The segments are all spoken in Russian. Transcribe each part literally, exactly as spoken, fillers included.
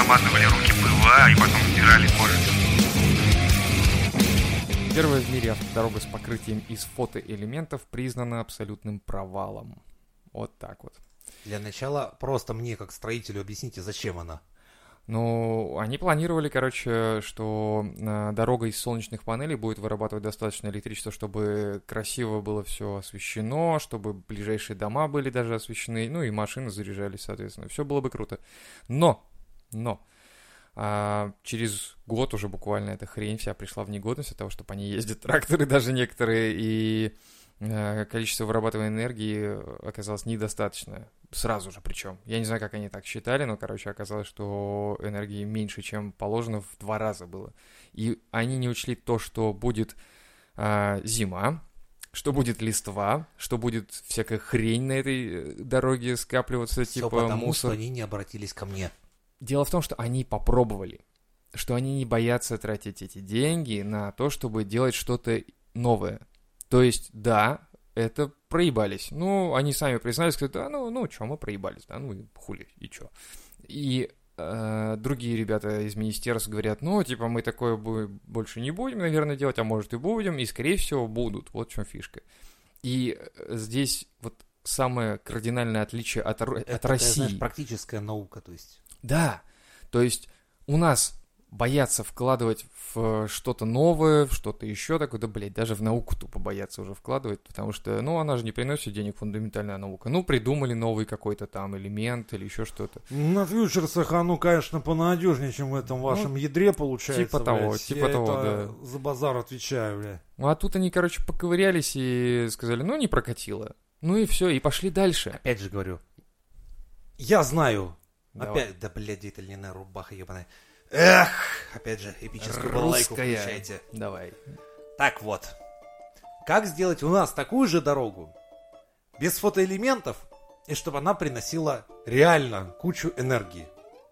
намазывали руки пыла и потом стирали кожу. Первая в мире автодорога с покрытием из фотоэлементов признана абсолютным провалом. Вот так вот. Для начала просто мне, как строителю, объясните, зачем она? Ну, они планировали, короче, что э, дорога из солнечных панелей будет вырабатывать достаточно электричества, чтобы красиво было все освещено, чтобы ближайшие дома были даже освещены, ну и машины заряжались, соответственно. Все было бы круто. Но, но, а, через год уже буквально эта хрень вся пришла в негодность от того, что по ней ездят тракторы даже некоторые, и э, количество вырабатываемой энергии оказалось недостаточно. Сразу же причем. Я не знаю, как они так считали, но, короче, оказалось, что энергии меньше, чем положено, в два раза было. И они не учли то, что будет а, зима, что будет листва, что будет всякая хрень на этой дороге скапливаться, Все типа потому, мусор. что они не обратились ко мне. Дело в том, что они попробовали, что они не боятся тратить эти деньги на то, чтобы делать что-то новое. То есть, да, это проебались. Ну, они сами признались, сказали, да, ну, ну, чё, мы проебались, да, ну, и хули, и чё. И э, другие ребята из министерства говорят, ну, типа, мы такое больше не будем, наверное, делать, а может и будем, и, скорее всего, будут. Вот в чем фишка. И здесь вот самое кардинальное отличие от, от это, России. Это, знаешь, практическая наука, то есть. Да, то есть у нас боятся вкладывать в что-то новое, в что-то еще такое, да, блядь, даже в науку тупо боятся уже вкладывать, потому что, ну, она же не приносит денег, фундаментальная наука. Ну, придумали новый какой-то там элемент или еще что-то. На фьючерсах оно, конечно, понадежнее, чем в этом вашем ну, ядре получается, Типа того, блядь. типа Я того, это да. За базар отвечаю, блядь. Ну, а тут они, короче, поковырялись и сказали, ну, не прокатило. Ну и все, и пошли дальше. Опять же говорю, я знаю. Давай. Опять, да, блядь, это льняная рубаха ебаная. Эх, опять же, эпическую балалайку включайте. Давай. Так вот, как сделать у нас такую же дорогу, без фотоэлементов, и чтобы она приносила реально кучу энергии?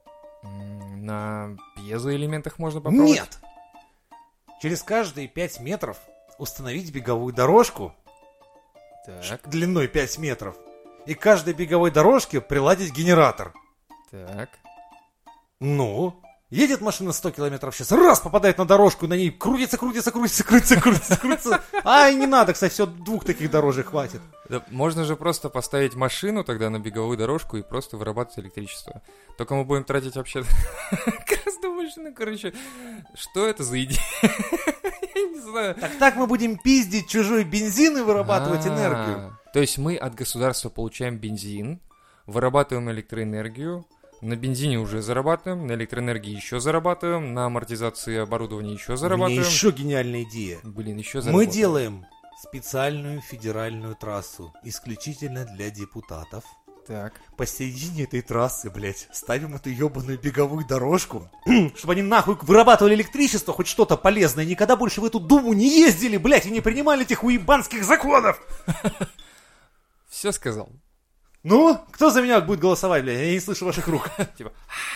На пьезоэлементах можно попробовать? Нет! Через каждые пять метров установить беговую дорожку так. длиной пять метров, и к каждой беговой дорожке приладить генератор. Так. Ну... Едет машина сто километров в час, раз, попадает на дорожку, на ней крутится, крутится, крутится, крутится, крутится, крутится. Ай, не надо, кстати, все, двух таких дорожек хватит. Да, можно же просто поставить машину тогда на беговую дорожку и просто вырабатывать электричество. Только мы будем тратить вообще гораздо больше, ну, короче, что это за идея? Я не знаю. Так так мы будем пиздить чужой бензин и вырабатывать энергию. То есть мы от государства получаем бензин, вырабатываем электроэнергию, на бензине уже зарабатываем, на электроэнергии еще зарабатываем, на амортизации оборудования еще зарабатываем. У меня еще гениальная идея. Блин, еще зарабатываем. Мы делаем специальную федеральную трассу исключительно для депутатов. Так. Посередине этой трассы, блядь, ставим эту ебаную беговую дорожку, чтобы они нахуй вырабатывали электричество, хоть что-то полезное, никогда больше в эту думу не ездили, блядь, и не принимали этих уебанских законов. Все сказал. Ну, кто за меня будет голосовать, блядь? Я не слышу ваших рук. Типа,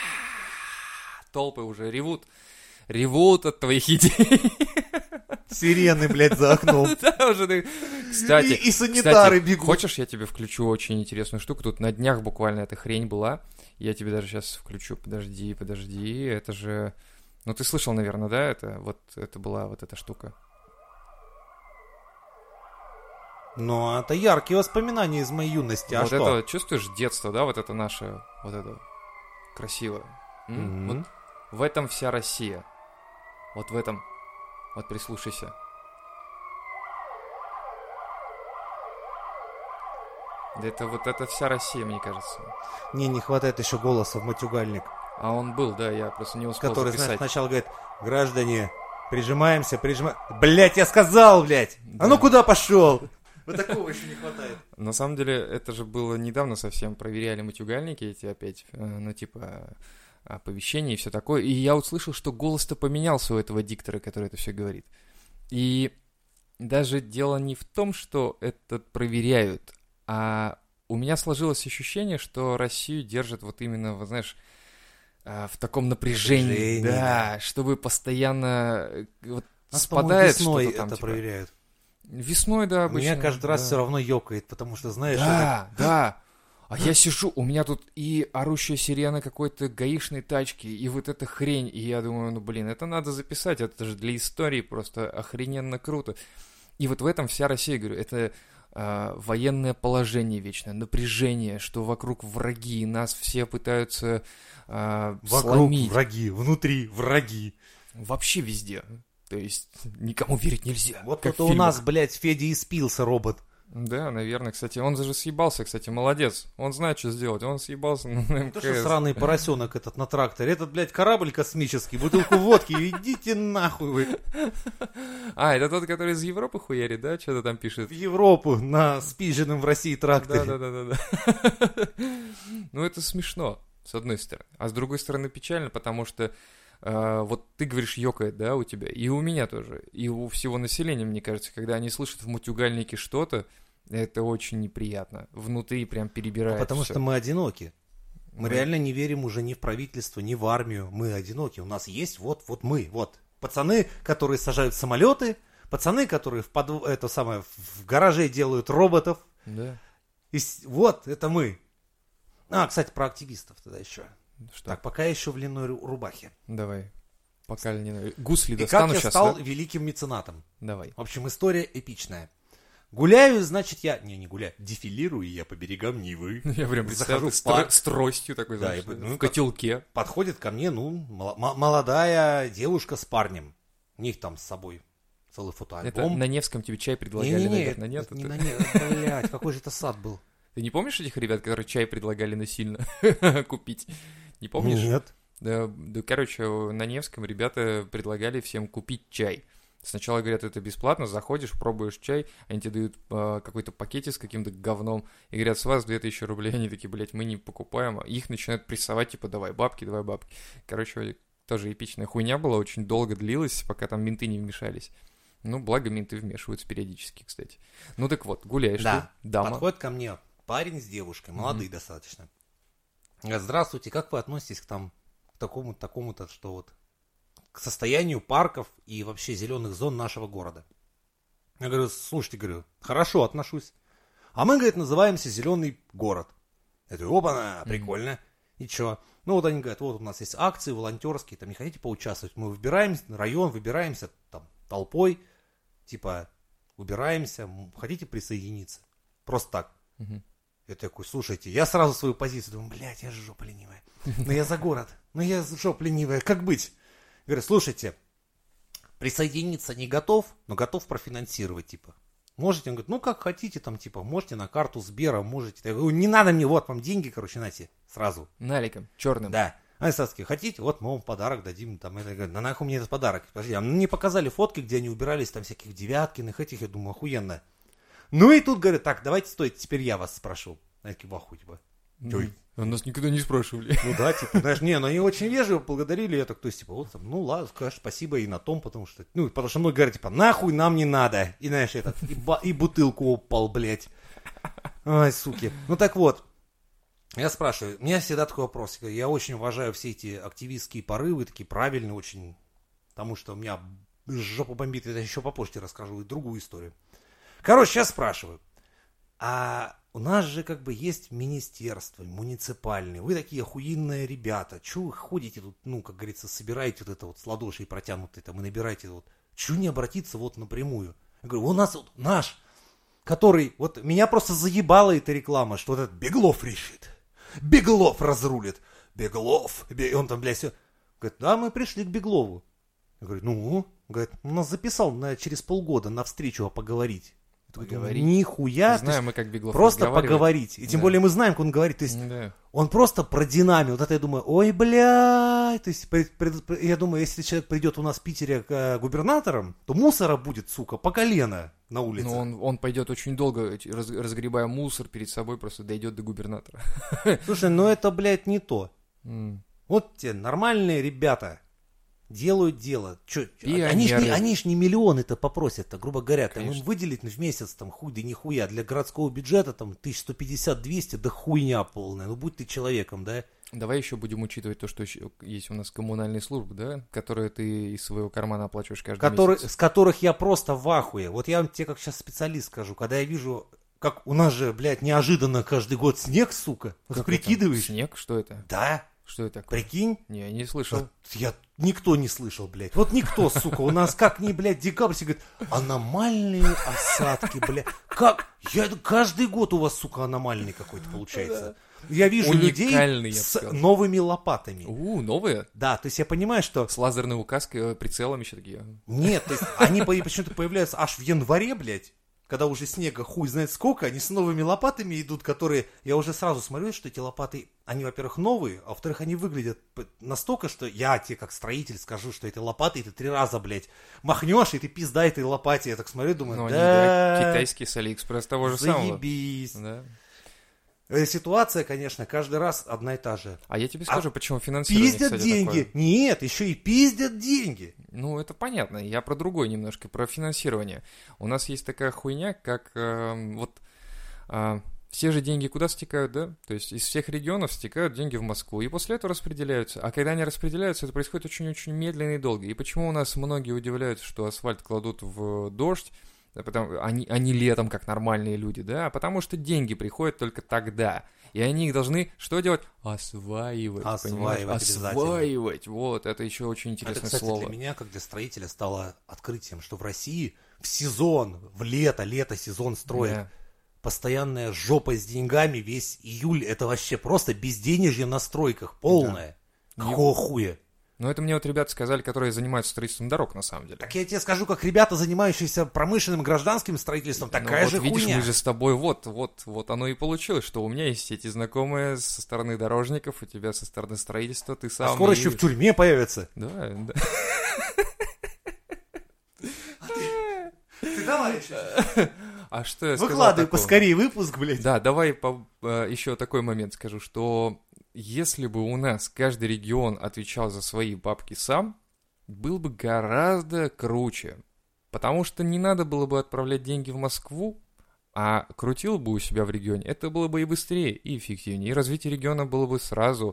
толпы уже ревут, ревут от твоих идей. Сирены, блядь, за окном. Да, уже. Кстати, и санитары бегут. Хочешь, я тебе включу очень интересную штуку? Тут на днях буквально эта хрень была. Я тебе даже сейчас включу. Подожди, подожди. Это же... Ну, ты слышал, наверное, да? Это вот это была вот эта штука. Ну, это яркие воспоминания из моей юности, а вот что? это, чувствуешь детство, да, вот это наше, вот это красиво. Mm-hmm. Вот в этом вся Россия. Вот в этом. Вот прислушайся. Это вот это вся Россия, мне кажется. Не, не хватает еще голоса в матюгальник. А он был, да, я просто не успел Который, записать. знаешь, сначала говорит, граждане, прижимаемся, прижимаемся. Блять, я сказал, блять! Да. А ну куда пошел? Вот такого еще не хватает. На самом деле, это же было недавно совсем. Проверяли матюгальники эти опять, ну, типа, оповещения и все такое. И я услышал, что голос-то поменялся у этого диктора, который это все говорит. И даже дело не в том, что это проверяют, а у меня сложилось ощущение, что Россию держат вот именно, вот знаешь, в таком напряжении. Напряжение. Да, чтобы постоянно вот нас, спадает весной что-то там. Это типа. Проверяют. Весной, да, обычно. Меня каждый раз да. все равно ёкает, потому что, знаешь... Да, это... да. А я сижу, у меня тут и орущая сирена какой-то гаишной тачки, и вот эта хрень. И я думаю, ну блин, это надо записать, это же для истории просто охрененно круто. И вот в этом вся Россия, говорю, это э, военное положение вечное, напряжение, что вокруг враги, нас все пытаются э, Вокруг сломить. враги, внутри враги. Вообще везде. То есть никому верить нельзя. Вот как это в у фильмах. нас, блядь, Федя и спился робот. Да, наверное, кстати. Он же съебался, кстати, молодец. Он знает, что сделать. Он съебался на эм ка То, что эс. сраный поросенок этот на тракторе. Этот, блядь, корабль космический, бутылку водки. Идите нахуй вы. А, это тот, который из Европы хуярит, да? Что-то там пишет. В Европу на спизженном в России тракторе. Да-да-да-да. Ну, это смешно, с одной стороны. А с другой стороны печально, потому что э, вот ты говоришь, ёкает, да, у тебя, и у меня тоже, и у всего населения, мне кажется, когда они слышат в мутюгальнике что-то, это очень неприятно. Внутри прям перебирает А потому всё. что мы одиноки. Мы Мы- реально не верим уже ни в правительство, ни в армию. Мы одиноки. У нас есть вот, вот мы, вот. Пацаны, которые сажают самолеты, пацаны, которые в, подв... это самое, в гараже делают роботов. Да. И с- вот, это мы. А, кстати, про активистов тогда еще. Что? Так, пока я еще в льняной ру- рубахе. Давай. Пока не... Гусли И как достану я сейчас, стал да? великим меценатом. Давай. В общем, история эпичная. Гуляю, значит, я... Не, не гуляю. Дефилирую я по берегам Нивы. Я прям представляю, Захожу ты в с, тро- парк. с тростью такой, Да, знаешь, и, ну, в как- котелке. Подходит ко мне, ну, мол- м- молодая девушка с парнем. У них там с собой целый Это фотоальбом. на Невском тебе чай предлагали, Не-не-не, наверное, нет? это не Это- на Невском, блядь, какой же это сад был? Ты не помнишь этих ребят, которые чай предлагали насильно купить? Не помнишь? Нет. Да, да, короче, на Невском ребята предлагали всем купить чай. Сначала говорят, это бесплатно, заходишь, пробуешь чай, они тебе дают э, какой-то пакетик с каким-то говном, и говорят, с вас две тысячи рублей, они такие, блядь, мы не покупаем, а их начинают прессовать, типа, давай бабки, давай бабки. Короче, тоже эпичная хуйня была, очень долго длилась, пока там менты не вмешались. Ну, благо менты вмешиваются периодически, кстати. Ну так вот, гуляешь Да, ты, дама. подходит ко мне парень с девушкой, молодые достаточно. Говорят, здравствуйте, как вы относитесь к там, к такому-то, такому-то, что вот, к состоянию парков и вообще зеленых зон нашего города? Я говорю, слушайте, говорю, хорошо отношусь. А мы, говорит, называемся Зеленый город. Я говорю, опа, прикольно. И чё? Ну вот они говорят, вот у нас есть акции волонтерские, там не хотите поучаствовать? Мы выбираемся, район, выбираемся там толпой, типа, убираемся, м, хотите присоединиться? Просто так. Мгм. Я такой, слушайте, я сразу свою позицию думаю, блядь, я же жопа ленивая. Но я за город, но я жопа ленивая, как быть? Говорю, слушайте, присоединиться не готов, но готов профинансировать, типа. Можете? Он говорит, ну как хотите, там, типа, можете на карту Сбера, можете. Я говорю, не надо мне, вот вам деньги, короче, нате, сразу. Наликом, черным. Да. Они сразу такие, хотите, вот мы вам подарок дадим, там, это, говорит, на нахуй мне этот подарок? Подожди, а мне показали фотки, где они убирались, там, всяких Девяткиных, этих, я думаю, охуенно. Ну и тут, говорят, так, давайте, стойте, теперь я вас спрошу. Они такие, в ахуе, типа. Чё? А нас никогда не спрашивали. Ну да, типа, знаешь, не, но они очень вежливо благодарили, я так, то есть, типа, вот там, ну ладно, конечно, спасибо и на том, потому что, ну, потому что многие говорят, типа, нахуй нам не надо, и, знаешь, этот, и, ба- и бутылку упал, блядь. Ай, суки. Ну так вот, я спрашиваю, у меня всегда такой вопрос, я очень уважаю все эти активистские порывы, такие правильные очень, потому что у меня жопу бомбит, это еще по почте расскажу, и другую историю. Короче, сейчас спрашиваю, а у нас же как бы есть министерство муниципальные, вы такие охуенные ребята, чё вы ходите тут, ну, как говорится, собираете вот это вот с ладошей протянутой там и набираете вот, чё не обратиться вот напрямую? Я говорю, у нас вот наш, который, вот меня просто заебала эта реклама, что вот этот Беглов решит, Беглов разрулит, Беглов, и он там, блядь, все, говорит, да, мы пришли к Беглову. Я говорю, ну, говорит, он нас записал на, через полгода на встречу а поговорить. Я такой думаю, Поговорить? нихуя, то Знаем есть мы, как Беглов просто разговаривает. поговорить. И тем Да. более мы знаем, как он говорит. То есть Да. он просто про динамику. Вот это я думаю, ой, блядь. То есть пред- пред- я думаю, если человек придет у нас в Питере к э, губернаторам, то мусора будет, сука, по колено на улице. Но он, он пойдет очень долго, эти- раз- разгребая мусор перед собой, просто дойдет до губернатора. Слушай, ну это, блядь, не то. М. Вот те нормальные ребята делают дело. Чё, Пионеры. они ж не, они ж не миллионы-то попросят, грубо говоря. Там им Конечно. выделить в месяц там хуй да нихуя. Для городского бюджета там тысяча сто пятьдесят - двести, да хуйня полная. Ну будь ты человеком, да? Давай еще будем учитывать то, что еще есть у нас коммунальные службы, да, которые ты из своего кармана оплачиваешь каждый Который, месяц. с которых я просто в ахуе. Вот я вам тебе как сейчас специалист скажу. Когда я вижу как у нас же, блядь, неожиданно каждый год снег, сука. Вот Как прикидываешь? это? Снег? Что это? Да, Что это такое? прикинь. Не, я не слышал. Вот я, никто не слышал, блядь. Вот никто, сука. У нас как ни, блядь, декабрь, все говорят, аномальные осадки, блядь. Как? Я, каждый год у вас, сука, аномальный какой-то получается. Я вижу Уникальный, людей я бы с сказал. новыми лопатами. У, новые? Да, то есть я понимаю, что... С лазерной указкой, э, прицелом еще такие. Нет, то есть они по- почему-то появляются аж в январе, блядь. Когда уже снега хуй знает сколько, они с новыми лопатами идут, которые... Я уже сразу смотрю, что эти лопаты, они, во-первых, новые, а во-вторых, они выглядят п- настолько, что я тебе, как строитель, скажу, что эти лопаты, и ты три раза, блядь, махнешь, и ты пизда этой лопате. Я так смотрю, думаю, Ну, они, да, да, китайские с Алиэкспресс того же самого. заебись. Да. Э, Ситуация, конечно, каждый раз одна и та же. А я тебе А скажу, почему финансирование, Пиздят кстати, деньги. такое. Нет, еще и пиздят деньги. Ну, это понятно. Я про другое немножко, про финансирование. У нас есть такая хуйня, как э, вот э, все же деньги куда стекают, да? То есть из всех регионов стекают деньги в Москву, и после этого распределяются. А когда они распределяются, это происходит очень-очень медленно и долго. И почему у нас многие удивляются, что асфальт кладут в дождь, да, потому, они, они летом, как нормальные люди, да? Потому что деньги приходят только тогда. И они их должны что делать? Осваивать. Осваивать понимаешь? обязательно. Осваивать. Вот, это еще очень Это, интересное кстати, слово. для меня, как для строителя, стало открытием, что в России в сезон, в лето, лето сезон строят. Да. Постоянная жопа с деньгами, весь июль, это вообще просто безденежье на стройках, полное. Да. Какого хуя? Но это мне вот ребята сказали, которые занимаются строительством дорог, на самом деле. Так я тебе скажу, как ребята, занимающиеся промышленным гражданским строительством, такая Ну, же вот видишь, хуйня. мы же с тобой, вот, вот, вот оно и получилось, что у меня есть эти знакомые со стороны дорожников, у тебя со стороны строительства, ты сам... А скоро и- еще в тюрьме появится. Да, да. Ты давай сейчас. А что я сказал Выкладывай такого? поскорее выпуск, блядь. Да, давай по- э, еще такой момент скажу, что если бы у нас каждый регион отвечал за свои бабки сам, был бы гораздо круче. Потому что не надо было бы отправлять деньги в Москву, а крутил бы у себя в регионе. Это было бы и быстрее, и эффективнее. И развитие региона было бы сразу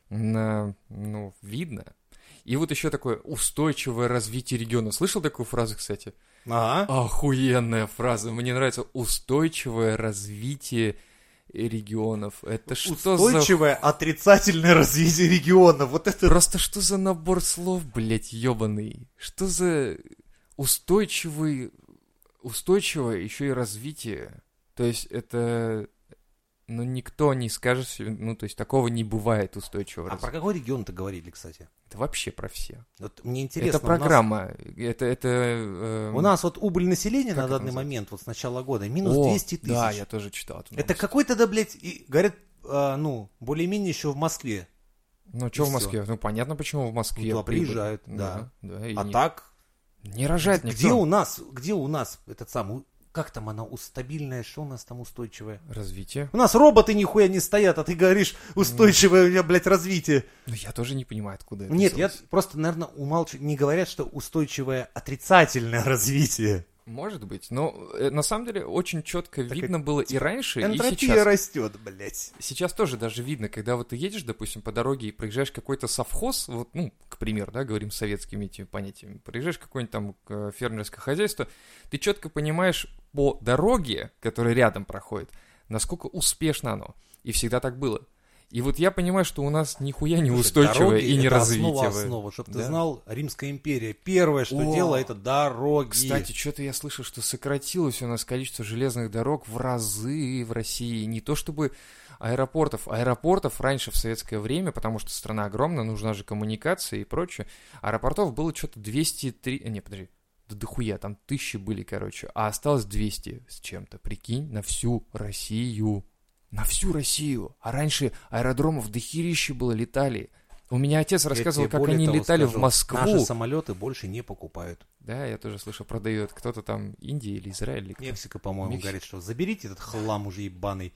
на, ну, видно. И вот еще такое устойчивое развитие региона. Слышал такую фразу, кстати? Ага. Охуенная фраза. Мне нравится устойчивое развитие регионов. Это что за... Устойчивое отрицательное развитие региона. Вот это... Просто что за набор слов, блядь, ебаный? Что за устойчивый... Устойчивое еще и развитие? То есть это... Ну, никто не скажет себе... Ну, то есть такого не бывает устойчивого А развития. про какой регион-то говорили, кстати? Это вообще про все. Вот мне интересно. Это у нас- программа. Это... это э, У нас вот убыль населения Как на это данный называется? момент, вот с начала года, минус О, двести тысяч. Да, я тоже читал. эту Это новость. какой-то, да, блядь, и, говорят, а, ну, более-менее еще в Москве. Ну, что и в всё. Москве? Ну, понятно, почему в Москве. Туда прибыль. приезжают, да. Да, и А не, так, не рожает никто. где у нас, где у нас этот самый, как там она, стабильная, что у нас там устойчивое? Развитие. У нас роботы нихуя не стоят, а ты говоришь устойчивое у меня, блядь, развитие. Ну, я тоже не понимаю, откуда это Нет, я взялось. просто, наверное, умалчиваю. Не говорят, что устойчивое отрицательное развитие. Может быть, но э, на самом деле очень четко видно было и раньше, и Энтропия сейчас. растет, блядь. Сейчас тоже даже видно, когда вот ты едешь, допустим, по дороге и проезжаешь какой-то совхоз, вот, ну, к примеру, да, говорим советскими этими понятиями, проезжаешь какое-нибудь там э, фермерское хозяйство, ты четко понимаешь по дороге, которая рядом проходит, насколько успешно оно. И всегда так было. И вот я понимаю, что у нас нихуя не Слушай, устойчивое дороги и не это развитие. основа основа. Чтоб ты Да. знал, Римская империя первое, что О, делала, это дороги. Кстати, что-то я слышал, что сократилось у нас количество железных дорог в разы в России. Не то чтобы аэропортов. Аэропортов раньше в советское время, потому что страна огромная, нужна же коммуникация и прочее. Аэропортов было что-то двести три... Не, подожди. Да дохуя, там тысячи были, короче. А осталось двести с чем-то. Прикинь, на всю Россию. На всю Россию. А раньше аэродромов дохерища было, летали. У меня отец Я рассказывал, тебе как более они того летали скажу, в Москву. Наши самолеты больше не покупают. Да, я тоже слышал, продает кто-то там, Индия или Израиль. Или кто. Мексика, по-моему, Мексика. говорит, что заберите этот хлам уже ебаный.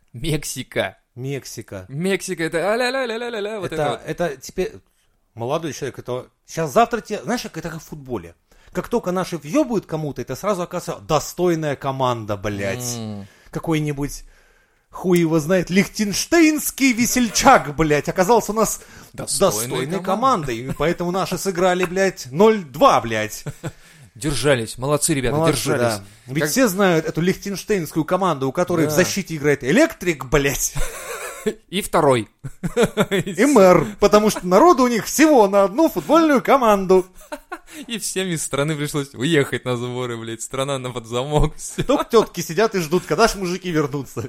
Мексика. Мексика. Мексика, это а-ля-ля-ля-ля-ля, вот это, это, вот. это теперь молодой человек, это сейчас завтра тебе, знаешь, как это как в футболе. Как только наши въебают кому-то, это сразу оказывается достойная команда, блядь. М. Какой-нибудь хуй его знает, лихтенштейнский весельчак, блядь, оказался у нас Достойной достойной командой. командой. И поэтому наши сыграли, блядь, ноль два, блядь. Держались, молодцы, ребята, Молодцы, держались. да. Ведь Как- все знают эту лихтенштейнскую команду, у которой Да. в защите играет электрик, блядь, И второй. и мэр, потому что народу у них всего на одну футбольную команду. И всем из страны пришлось уехать на сборы, блядь. Страна на под замок. Всё. Только тетки сидят и ждут, когда ж мужики вернутся.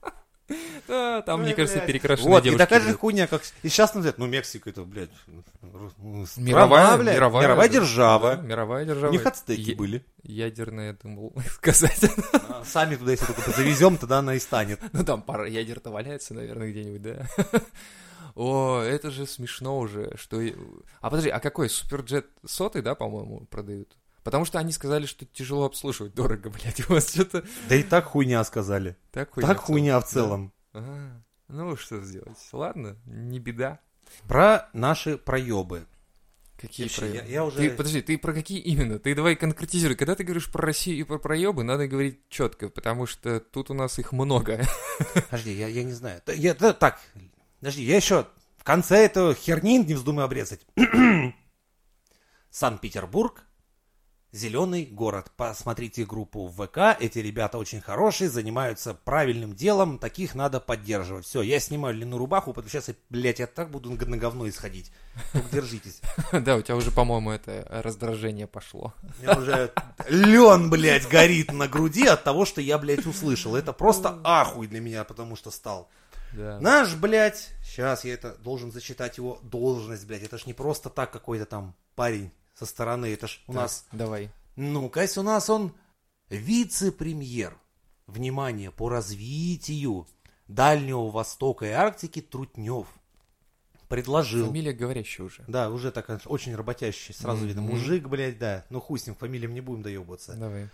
Да, там, Ой, мне кажется, блядь. перекрашенные Вот, и девушки. такая же будут. хуйня, как... И сейчас называют, ну, Мексика это, блядь, ну, страна, Мировая, блядь, мировая, мировая да, держава. да, мировая У держава. них ацтеки Е- были. Ядерная, я думал сказать. А, Сами туда, если только завезем, тогда она и станет. Ну, там пара ядер-то валяется, наверное, где-нибудь, да? О, это же смешно уже, что... и- А подожди, а какой? Суперджет сотый, да, по-моему, продают? Потому что они сказали, что тяжело обслуживать, дорого, блядь. У вас что-то Да и так хуйня сказали. так хуйня. Так в целом. хуйня в целом. Да. А, ну, что сделать? Ладно, не беда. Про наши проебы. Какие Вообще, проебы? я- я уже- Ты, подожди, ты про какие именно? Ты давай конкретизируй. Когда ты говоришь про Россию и про проебы, надо говорить четко, потому что тут у нас их много. Подожди, я, я не знаю. Да, я, да, так, подожди, я еще в конце этого херни не вздумаю обрезать. Санкт-Петербург, зеленый город. Посмотрите группу в ВК. Эти ребята очень хорошие, занимаются правильным делом. Таких надо поддерживать. Все, я снимаю длинную рубаху, потому что сейчас, блядь, я так буду на говно исходить. Только держитесь. Да, у тебя уже, по-моему, это раздражение пошло. У меня уже лен, блядь, горит на груди от того, что я, блядь, услышал. Это просто ахуй для меня, потому что стал. Да. Наш, блядь, сейчас я это должен зачитать его должность, блядь. Это ж не просто так какой-то там парень со стороны. Это ж у Так, нас, Давай. ну-ка, у нас он вице-премьер. Внимание, по развитию Дальнего Востока и Арктики Трутнев предложил. Фамилия говорящая уже. Да, уже так очень работящий, сразу видно. Мгм. Мужик, блядь, да. Ну хуй с ним, фамилиям не будем доебываться. Давай.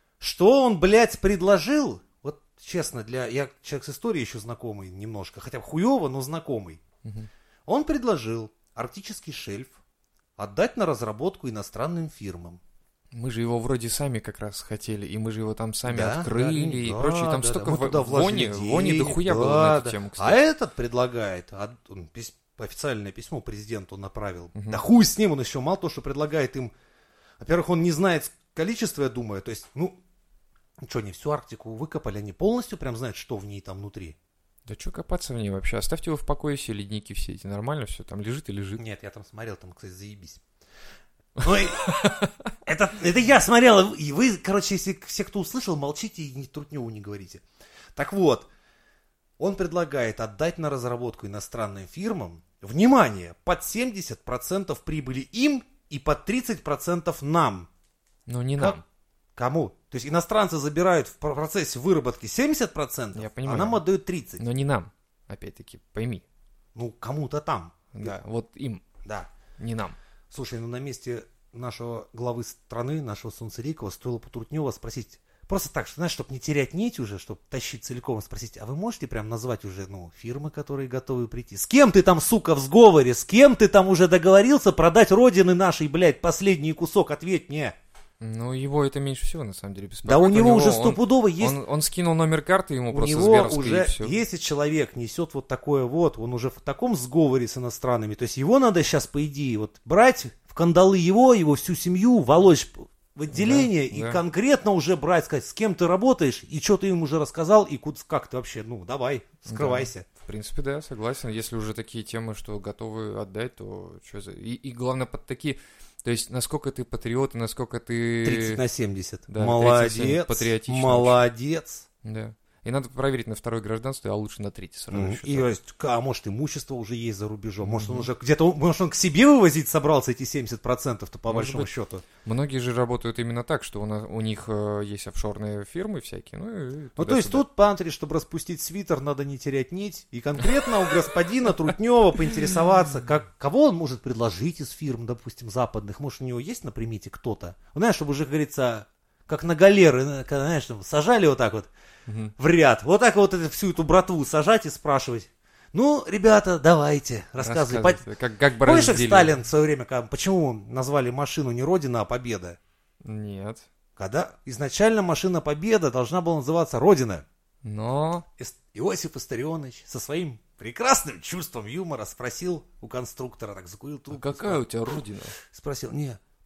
Что он, блядь, предложил? Вот, честно, для... Я человек с историей еще знакомый немножко. Хотя бы хуево, но знакомый. Мгм. Он предложил арктический шельф отдать на разработку иностранным фирмам. Мы же его вроде сами как раз хотели, и мы же его там сами Да, открыли да, и да, прочее. Там да, столько да. Мы в- туда вложили вони, вони денег, дохуя да, было на эту да. тему, А кстати. этот предлагает, а он пис- официальное письмо президенту направил. Мгм. Да хуй с ним, он еще мало то, что предлагает им. Во-первых, он не знает количество, я думаю. То есть, ну, что, не всю Арктику выкопали, они полностью прям знают, что в ней там внутри. Да что копаться в ней вообще? Оставьте его в покое, все ледники все эти. Нормально все, там лежит и лежит. Нет, я там смотрел, там, кстати, заебись. Ой, это, это я смотрел, и вы, короче, если все, кто услышал, молчите и ни Трутневу не говорите. Так вот, он предлагает отдать на разработку иностранным фирмам, внимание, под семьдесят процентов прибыли им и под тридцать процентов нам. Ну, не Как? нам. Кому? То есть иностранцы забирают в процессе выработки семьдесят процентов, Я а понимаю. нам отдают тридцать процентов. Но не нам. Опять-таки, пойми. Ну, кому-то там. Да, вот им, Да. не нам. Слушай, ну на месте нашего главы страны, нашего Солнцерикова, стоило по Трутнева спросить, просто так, что, знаешь, чтобы не терять нить уже, чтобы тащить целиком, спросить, а вы можете прям назвать уже, ну, фирмы, которые готовы прийти? С кем ты там, сука, в сговоре? С кем ты там уже договорился продать родины нашей, блядь, последний кусок? Ответь мне. Ну, его это меньше всего, на самом деле, беспокоит. Да у него уже он- стопудово есть... Он, он скинул номер карты, ему У просто него Сберовский, уже, и все. если человек несет вот такое вот, он уже в таком сговоре с иностранными, то есть его надо сейчас, по идее, вот брать в кандалы его, его всю семью, волочь в отделение Да, и да. конкретно уже брать, сказать, с кем ты работаешь, и что ты им уже рассказал, и куда, как ты вообще, ну, давай, скрывайся. В принципе, да, согласен. Если уже такие темы, что готовы отдать, то что за... И, и главное, под такие... То есть, насколько ты патриот, и насколько ты... тридцать на семьдесят. Да, Молодец, тридцать на семь, патриотично молодец. Да. И надо проверить на второе гражданство, а лучше на третье сразу. Мгм. еще И, так. то есть, а может, имущество уже есть за рубежом. Может, он уже где-то, может, он к себе вывозить собрался эти семьдесят процентов-то по Может большому быть. счету. Многие же работают именно так, что у, нас, у них э, есть офшорные фирмы всякие. Ну, и Ну, то есть туда-сюда. тут, Пантри, чтобы распустить свитер, надо не терять нить. И конкретно у господина Трутнева поинтересоваться, как, кого он может предложить из фирм, допустим, западных. Может, у него есть на примете кто-то? Знаешь, чтобы уже, как говорится, как на галеры, когда, знаешь, там, сажали вот так вот Мгм. в ряд. Вот так вот эту, всю эту братву сажать и спрашивать. Ну, ребята, давайте, рассказывай. Рассказывай, как, как бы Помнишь, как разделили? Сталин в свое время, как- почему назвали машину не Родина, а Победа? Нет. Когда изначально машина Победа должна была называться Родина. Но... Ис- Иосиф Виссарионович со своим прекрасным чувством юмора спросил у конструктора, так закурил А трубку. какая у тебя родина? Спросил, не,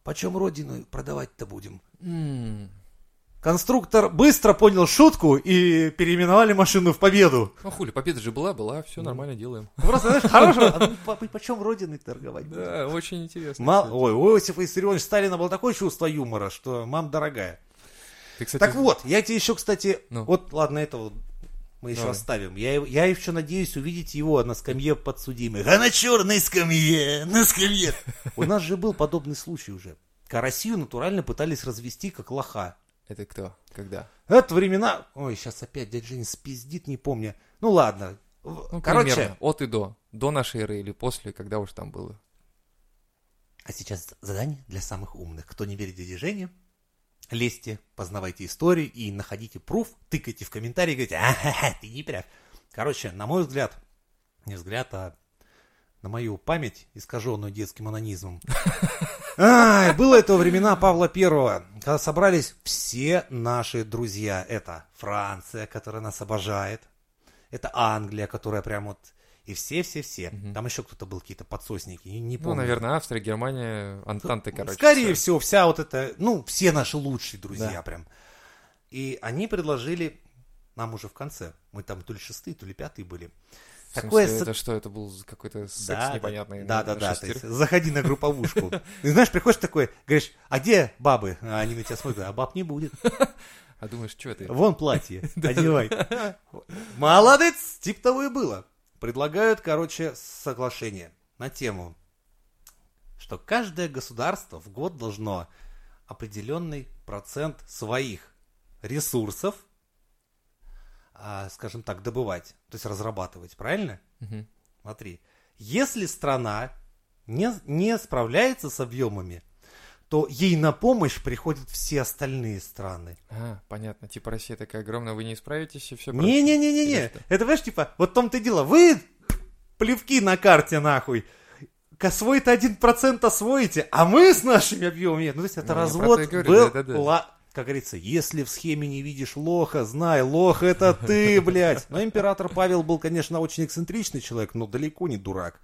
почем родину продавать-то будем? М. Конструктор быстро понял шутку и переименовали машину в Победу. Ну хули, победа же была, была, все нормально делаем. Просто, знаешь, хорошего. А ну, по- почем родиной торговать будем? Да, очень интересно. Ма- кстати. Ой, у Иосифа Виссарионовича Сталина было такое чувство юмора, что мам дорогая. Ты, кстати, Так вот, я тебе еще, кстати, Ну. вот, ладно, это вот мы еще Давай. оставим. Я, я еще надеюсь увидеть его на скамье подсудимых. А на черной скамье, на скамье. У нас же был подобный случай уже. Россию натурально пытались развести как лоха. Это кто? Когда? Это времена... Ой, сейчас опять дядя Женя спиздит, не помню. Ну ладно. В- Ну, Короче, примерно, от и до. До нашей эры или после, когда уж там было. а сейчас задание для самых умных. Кто не верит дяде Жене, лезьте, познавайте историю и находите пруф, тыкайте в комментарии и говорите, а ты не прав. Короче, на мой взгляд, не взгляд, а на мою память, искаженную детским анонизмом. Ай, было это во времена Павла Первого, когда собрались все наши друзья. Это Франция, которая нас обожает. Это Англия, которая прям вот... И все-все-все. Там еще кто-то был, какие-то подсосники, не, не Ну, помню. наверное, Австрия, Германия, Антанты, короче. Скорее всё. всего, вся вот эта, ну, все наши лучшие друзья Да. прям. И они предложили нам уже в конце. Мы там то ли шестые, то ли пятые были. В Такое смысле, со- это что, это был какой-то секс Да, да, непонятный? Да, на- да, на да. То шестерых? есть, заходи на групповушку. И знаешь, приходишь такой, говоришь, а где бабы? А они на тебя смотрят, а баб не будет. А думаешь, что это? Вон платье, одевай. Молодец, типа того и было. Предлагают, короче, соглашение на тему, что каждое государство в год должно определенный процент своих ресурсов, а, скажем так, добывать, то есть разрабатывать, правильно? Мгм. Смотри, если страна не, не справляется с объемами, то ей на помощь приходят все остальные страны. А, понятно. Типа Россия такая огромная, вы не справитесь, и все. Не-не-не-не-не. Это, понимаешь, типа, вот в том-то и дело. Вы плевки на карте, нахуй. Свой-то один процент освоите, а мы с нашими объемами нет. Ну, то есть это Ну, я про развод то и говорю, был... да-да-да. ла- Как говорится, если в схеме не видишь лоха, знай, лох это ты, блядь. Но император Павел был, конечно, очень эксцентричный человек, но далеко не дурак.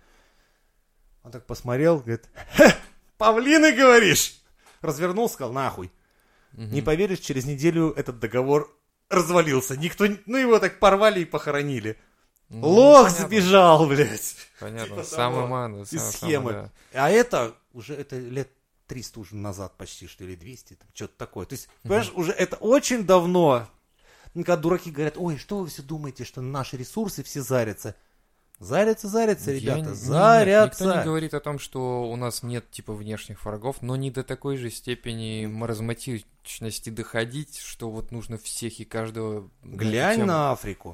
Он так посмотрел, говорит, «Ха, павлины, говоришь?» Развернулся, сказал, нахуй. Не поверишь, через неделю этот договор развалился. Никто, не- ну его так порвали и похоронили. Ну, Лох понятно. сбежал, блядь. Понятно, Типа самый того. ман, Из самый- схемы. самый, да. А это уже это лет триста уже назад почти, что ли, двести, там, что-то такое. То есть, понимаешь, уже это очень давно. Ну, когда дураки говорят, ой, что вы все думаете, что наши ресурсы все зарятся. Зарятся, зарятся, Я ребята, не- не- зарятся. Никто не говорит о том, что у нас нет типа внешних врагов, но не до такой же степени маразматичности доходить, что вот нужно всех и каждого... на эту Глянь тему. на Африку.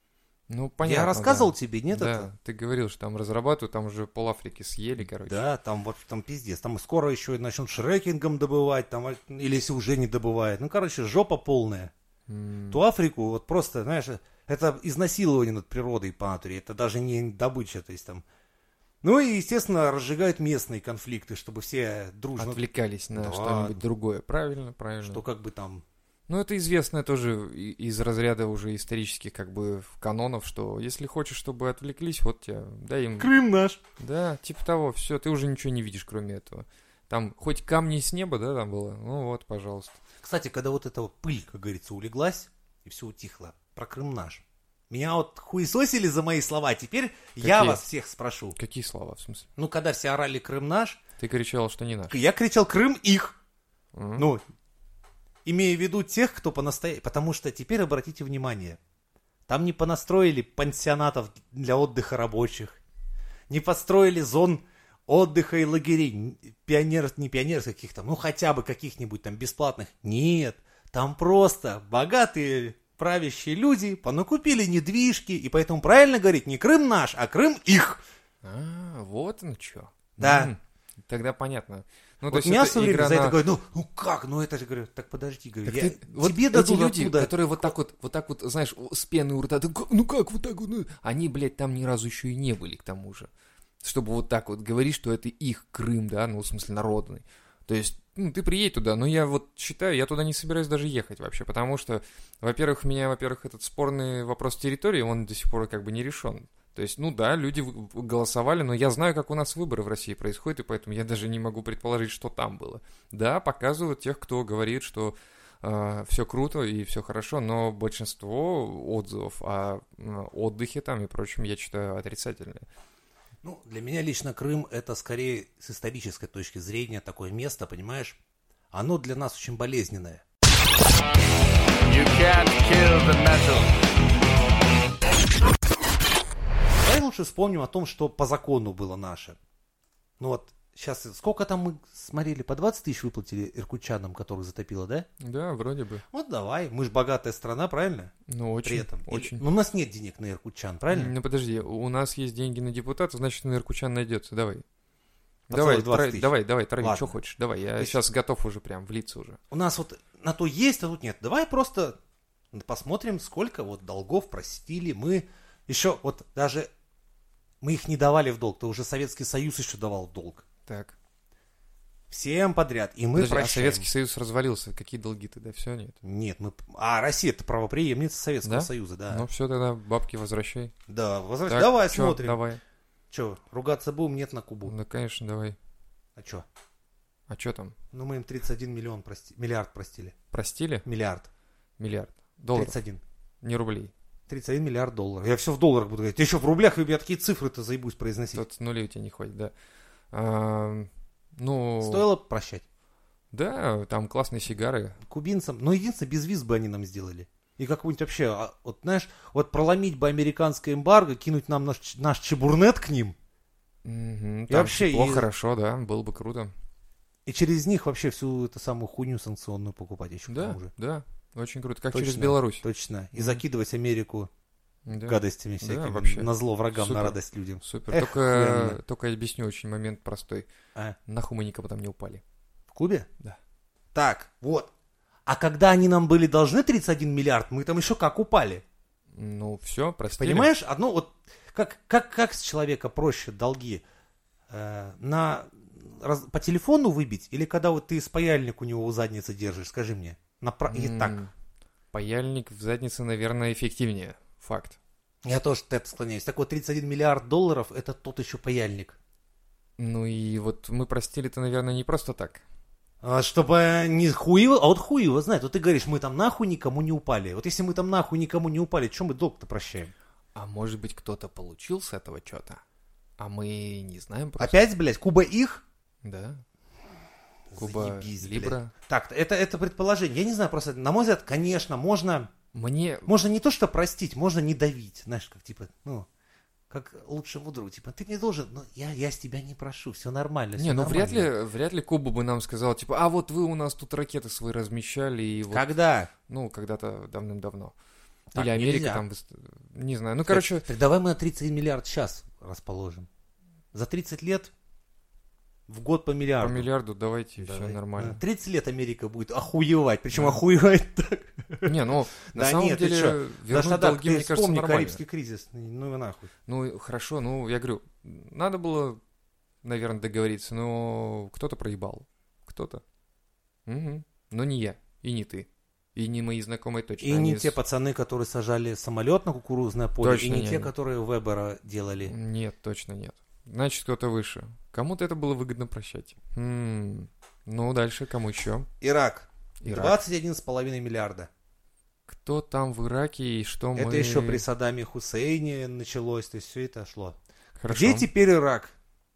Ну, понятно, Я рассказывал да. тебе, нет, Да, это? ты говорил, что там разрабатывают, там уже пол Африки съели, короче. Да, там вот там пиздец. Там скоро еще и начнут шрекингом добывать, там, или если уже не добывают. Ну, короче, жопа полная. М, Ту Африку, вот просто, знаешь, это изнасилование над природой по натуре, это даже не добыча, то есть там... Ну и, естественно, разжигают местные конфликты, чтобы все дружно... Отвлекались на Да. что-нибудь другое. Правильно, правильно. Что как бы там... Ну, это известно тоже и- из разряда уже исторических как бы канонов, что если хочешь, чтобы отвлеклись, вот тебе, дай им... Крым наш. Да, типа того, все, ты уже ничего не видишь, кроме этого. Там хоть камни с неба, да, там было? Ну вот, пожалуйста. Кстати, когда вот эта вот пыль, как говорится, улеглась, и все утихло, про Крым наш. Меня вот хуесосили за мои слова, теперь я Какие? вас всех спрошу. Какие слова, в смысле? Ну, когда все орали «Крым наш», Ты кричал, что не наш. я кричал «Крым их». Мгм. Ну, имея в виду тех, кто понастоящему. Потому что теперь обратите внимание, там не понастроили пансионатов для отдыха рабочих, не построили зон отдыха и лагерей, пионеров, не пионерских каких-то, ну хотя бы каких-нибудь там бесплатных. Нет, там просто богатые правящие люди понакупили недвижки, и поэтому правильно говорить не Крым наш, а Крым их. А, вот оно что. Да. Тогда понятно. Ну, то Вот есть меня это все время игра за это на- говорят, ну, ну как, ну это же, говорю, так подожди, говорю, Так я, ты- вот тебе эти дадут люди, оттуда. которые вот так вот, вот так вот, знаешь, с пеной у рта, «Да как- ну как вот так вот, ну?» они, блядь, там ни разу еще и не были, к тому же. Чтобы вот так вот говорить, что это их Крым, да, ну, в смысле, народный. То есть, ну, ты приедь туда, но я вот считаю, я туда не собираюсь даже ехать вообще, потому что, во-первых, меня, во-первых, этот спорный вопрос территории, он до сих пор как бы не решен. То есть, ну да, люди в- в- голосовали, но я знаю, как у нас выборы в России происходят, и поэтому я даже не могу предположить, что там было. Да, показывают тех, кто говорит, что все круто и все хорошо, но большинство отзывов о э, отдыхе там и прочем я читаю отрицательные. Ну, для меня лично Крым это скорее с исторической точки зрения такое место, понимаешь? Оно для нас очень болезненное. You can't kill the metal. Давай лучше вспомним о том, что по закону было наше. Ну вот, сейчас, сколько там мы смотрели, по двадцать тысяч выплатили иркутчанам, которых затопило, да? Да, вроде бы. Вот давай, мы же богатая страна, правильно? Ну, очень, При этом. Или- очень. Ну, у нас нет денег на иркутчан, правильно? Ну, подожди, у нас есть деньги на депутата, значит, на иркутчан найдется, давай. По Давай, целых двадцать тра- тысяч. давай, давай, трави, Ладно. что хочешь, давай, я То есть- сейчас готов уже прям влиться уже. У нас вот на то есть, а тут нет. Давай просто посмотрим, сколько вот долгов простили мы. Еще вот даже мы их не давали в долг, то уже Советский Союз еще давал в долг. Так, Всем подряд. И мы подожди, а прощаем. Советский Союз развалился, какие долги тогда, все, нет? Нет, мы... А Россия это правопреемница Советского Да? Союза, да. Ну, все, тогда бабки возвращай. Да, возвращ- Так, давай чё, смотрим. Давай, Че, ругаться будем? Нет на Кубу. ну, конечно, давай. А че? А что там, Ну мы им тридцать один миллион прости... миллиард простили. простили? Миллиард. Миллиард долларов, тридцать один. не рублей. тридцать один миллиард долларов. Я все в долларах буду говорить. Ты еще в рублях, я такие цифры-то заебусь произносить. Тут нулей у тебя не хватит, да. А, ну, Стоило прощать. да, там классные сигары. Кубинцам. Но единственное, без виз бы они нам сделали. И как-нибудь вообще, а, вот знаешь, вот проломить бы американское эмбарго, кинуть нам наш, ч- наш чебурнет к ним, Мгм, И там вообще, тепло, и- хорошо, да, было бы круто. и через них вообще всю эту самую хуйню санкционную покупать еще к Да, тому же. да, очень круто. Как Точно, через Беларусь. Точно. И Мгм. закидывать Америку Да. гадостями всякими. вообще. На зло врагам, Супер. на радость людям. Супер. Эх, только, охуенно. только я объясню очень момент простой. А, Нахуй мы никому там не упали. в Кубе? Да. Так, вот. А когда они нам были должны тридцать один миллиард, мы там еще как упали. Ну, все, простили. Понимаешь, одно вот, как, как, как с человека проще долги э, на, раз- по телефону выбить, или когда вот ты с паяльник у него у задницы держишь, скажи мне. На, пра- и М, так. Паяльник в заднице, наверное, эффективнее. Факт. Я тоже к этому склоняюсь. Так вот, тридцать один миллиард долларов, это тот еще паяльник. Ну и вот мы простили-то, наверное, не просто так. А, чтобы не хуево, а вот хуево, знает. Вот ты говоришь, мы там нахуй никому не упали. Вот если мы там нахуй никому не упали, чем мы долг-то прощаем? А может быть, кто-то получил с этого что-то, а мы не знаем просто. Опять, блядь, Куба их? Да. Куба Заебись, Либра. блядь. Так, это, это предположение. Я не знаю, просто, на мой взгляд, конечно, можно, Мне... можно не то что простить, можно не давить. Знаешь, как типа, ну, как лучшему другу. Типа, ты не должен, ну, я, я с тебя не прошу, все нормально. Не, всё ну вряд нормально. ли, вряд ли Куба бы нам сказал, типа, а вот вы у нас тут ракеты свои размещали, и вот, Когда? ну, когда-то давным-давно. Так Или Америка нельзя. там, выст- не знаю, ну, короче, Так давай мы на тридцать один миллиард сейчас расположим. За тридцать лет в год по по миллиарду. миллиарду давайте, все Давай. нормально. тридцать лет Америка будет охуевать. Причем охуевать так. Не, ну, на Да самом нет, ты деле, чё? вернуть Даже тогда, долги, ты мне кажется, вспомни нормально. Карибский кризис. Ну его нахуй. Ну, хорошо, ну, я говорю, надо было, наверное, договориться, но кто-то проебал. Кто-то. Мгм. Но не я, и не ты, и не мои знакомые точно. И Они не те с- пацаны, которые сажали самолет на кукурузное поле, Точно и не не те, они. которые Вебера делали. Нет, точно нет. Значит, кто-то выше. Кому-то это было выгодно прощать. М, Ну, дальше, кому еще? Ирак. Ирак. двадцать один с половиной миллиарда. Кто там в Ираке и что Это мы... еще при Саддаме Хусейне началось, то есть все это шло. Хорошо. Где теперь Ирак?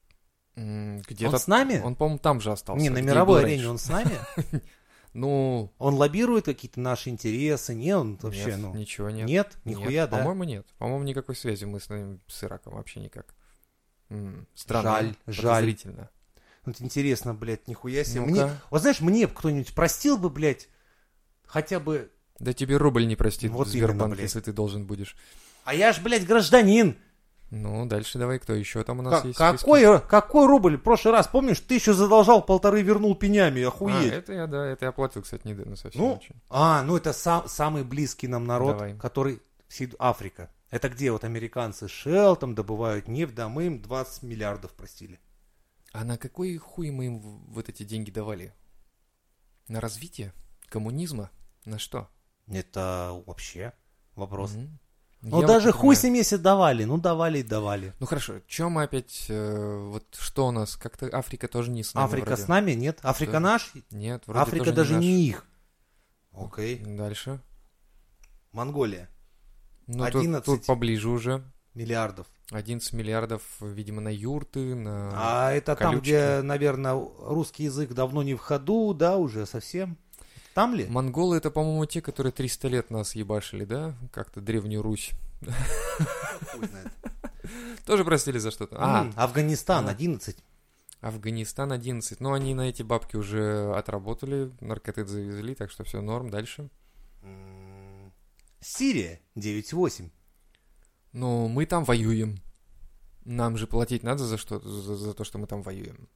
М, Где-то... Он с нами? Он, по-моему, там же остался. Не, на где и мировой был арене раньше. он с нами? Ну, Он лоббирует какие-то наши интересы? Не, он вообще, нет, ну... ничего нет. Нет? Нет, Нихуя, да? По-моему, нет. По-моему, никакой связи мы с, ним- с Ираком вообще никак. М, Странно. Жаль, жаль. подозрительно. Вот интересно, блядь, нихуя себе. Ну-ка. Мне, вот знаешь, мне б кто-нибудь простил бы, блядь, хотя бы... Да тебе рубль не простит Вот Сбербанк, именно, блядь. если ты должен будешь. А я ж, блядь, гражданин. Ну, дальше давай, кто еще там у нас Ка- есть? в списке? какой, какой рубль? В прошлый раз, помнишь, ты еще задолжал, полторы вернул пенями, А, охуеть. это я, да, это я оплатил, кстати, недавно совсем Ну, очень. А, ну это сам, самый близкий нам народ, Давай. который... Сид- Африка. Это где вот американцы Shell там добывают нефть, да мы им двадцать миллиардов простили. А на какой хуй мы им в- вот эти деньги давали? На развитие? Коммунизма? На что? Это вообще вопрос. Мгм. Ну, Я даже вот не хуй понимаю. семь месяцев давали, ну, давали и давали. Ну хорошо, чем мы опять, э, вот что у нас, как-то Африка тоже не с нами Африка вроде. с нами? Нет. Африка Да. наш? Нет, вроде Африка тоже даже наш. не их. Окей. Дальше. Монголия. Ну, тут- одиннадцать Тут, поближе уже. миллиардов. одиннадцать миллиардов, видимо, на юрты, на... А это там, колючки. где, наверное, русский язык давно не в ходу, да, уже совсем. Там ли? Монголы — это, по-моему, те, которые триста лет нас ебашили, да? Как-то Древнюю Русь. Хуй знает. Тоже простили за что-то. М, А, Афганистан Да. одиннадцать. Афганистан одиннадцать. Ну, они на эти бабки уже отработали, наркоты завезли, так что все норм. Дальше. М, Сирия девять восемь. Ну, мы там воюем. Нам же платить надо за что за, за то, что мы там воюем.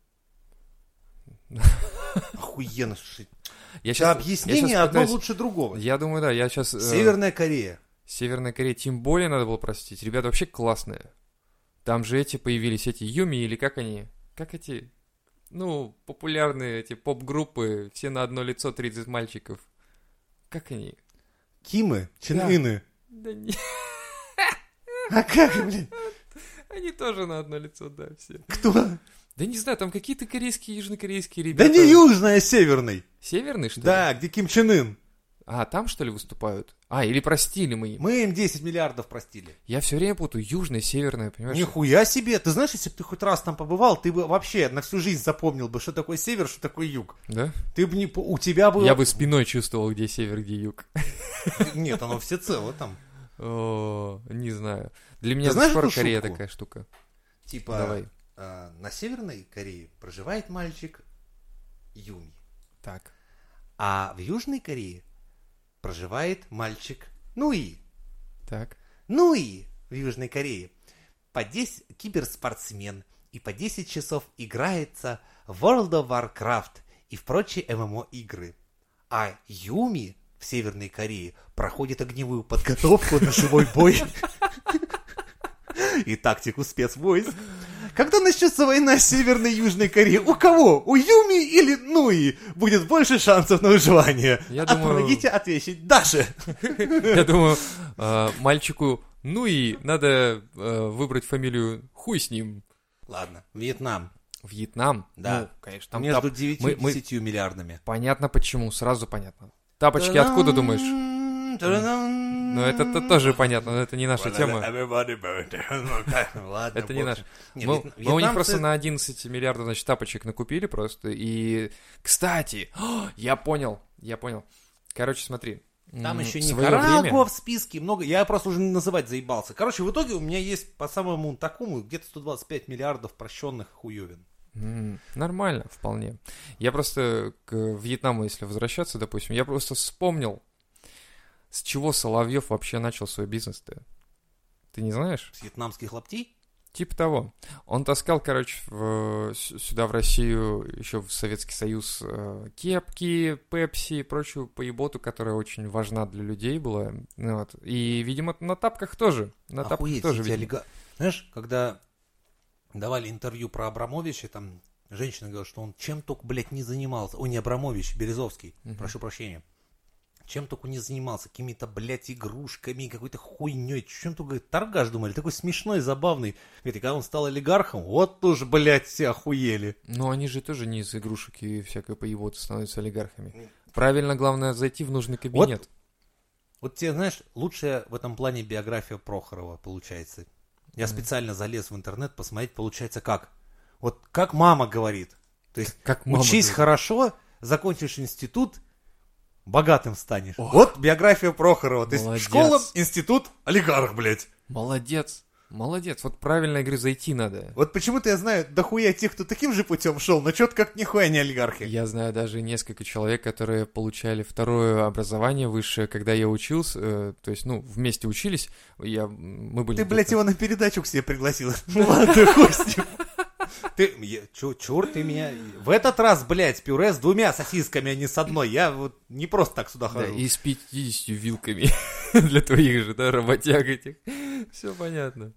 Охуенно. слушай. Я Да, щас- я объяснение щас одно пытаюсь- лучше другого. Я думаю, да, я сейчас... Северная Корея. Северная Корея тем более надо было простить. Ребята вообще классные. Там же эти появились, эти Юми, или как они? Как эти, ну, популярные эти поп-группы, все на одно лицо, тридцать мальчиков. Как они? Кимы, Чен Ины. Да не, А как, блин? они тоже на одно лицо, да, все. Кто? Да не знаю, там какие-то корейские, южнокорейские Да ребята. не южная, а северный. Северные, что ли? Да, где Ким Чен Ын. А, там, что ли, выступают? А, или простили мы им. Мы им десять миллиардов простили. Я все время путаю южное, северное, понимаешь? Нихуя себе. Ты знаешь, если бы ты хоть раз там побывал, ты бы вообще на всю жизнь запомнил бы, что такое север, что такое юг. Да? Ты бы не... по- У тебя бы... Я бы спиной чувствовал, где север, где юг. Нет, оно всецело там. О, не знаю. Для меня Ты знаешь скоро эту Корея шутку? такая штука. Типа, Давай. э, на Северной Корее проживает мальчик Юми. Так. А в Южной Корее проживает мальчик Нуи. Так. Нуи в Южной Корее по десять киберспортсмен и по десять часов играется в World of Warcraft и в прочие эм эм о игры. А Юми в Северной Корее проходит огневую подготовку на живой бой и тактику спецвойск. Когда начнется война с Северной и Южной Кореей, у кого? У Юми или Нуи будет больше шансов на выживание? Я думаю- Помогите ответить Даше. Я думаю, э, мальчику, ну и надо э, выбрать фамилию хуй с ним. Ладно, Вьетнам. Вьетнам? Да. Ну, конечно. Там Между тап- девятью мы- и мы- десятью миллиардами. Понятно почему, сразу понятно. Тапочки откуда, думаешь? Ну, это-то тоже понятно, но это не наша тема. Ладно, Это не бог наш. с ним. Не, Мы, вьет- мы у них вьетнамцы- просто на одиннадцать миллиардов, значит, тапочек накупили просто. И, кстати, я понял, я понял. Короче, смотри. Там м, еще в своё Никарагуа время- в списке, много. Я просто уже называть заебался. Короче, в итоге у меня есть по самому такому где-то сто двадцать пять миллиардов прощенных хуевин. М, Нормально, вполне. Я просто к Вьетнаму, если возвращаться, допустим, я просто вспомнил, с чего Соловьев вообще начал свой бизнес-то. Ты не знаешь? С вьетнамских лаптей? Типа того. Он таскал, короче, в- с- сюда, в Россию, еще в Советский Союз, э, кепки, пепси и прочую поеботу, которая очень важна для людей была. Ну вот. И, видимо, на тапках тоже. На тапках Охуеть, тоже, эти видимо. олига- Знаешь, когда давали интервью про Абрамовича, там женщина говорила, что он чем только, блядь, не занимался. Ой, не Абрамович, Березовский, Мгм. прошу прощения. Чем только не занимался, какими-то, блядь, игрушками, какой-то хуйней, чем только, говорит, торгаш, думали, такой смешной, забавный. Говорит, и когда он стал олигархом, вот тоже, блядь, все охуели. Но они же тоже не из игрушек и всякой поеботы становятся олигархами. Правильно, главное, зайти в нужный кабинет. Вот тебе, знаешь, лучшая в этом плане биография Прохорова получается. Я Мгм. специально залез в интернет посмотреть, получается как. Вот как мама говорит. То есть Как мама учись говорит. хорошо, закончишь институт, богатым станешь. Ох. Вот биография Прохорова. То Молодец. есть школа, институт, олигарх, блядь. Молодец. Молодец. Вот правильно, я говорю, зайти надо. Вот почему-то я знаю дохуя тех, кто таким же путем шел, но что-то как нихуя не олигархи. Я знаю даже несколько человек, которые получали второе образование высшее, когда я учился, э, то есть, ну, вместе учились, я, мы были... Ты, блядь, где-то- его на передачу к себе пригласил. Ну ладно, хуй с ним. Ты, я- чё, чёрт ты меня... В этот раз, блядь, пюре с двумя сосисками, а не с одной. Я вот не просто так сюда Да, хожу. и с пятьюдесятью вилками для твоих же, да, работяг этих. Все понятно.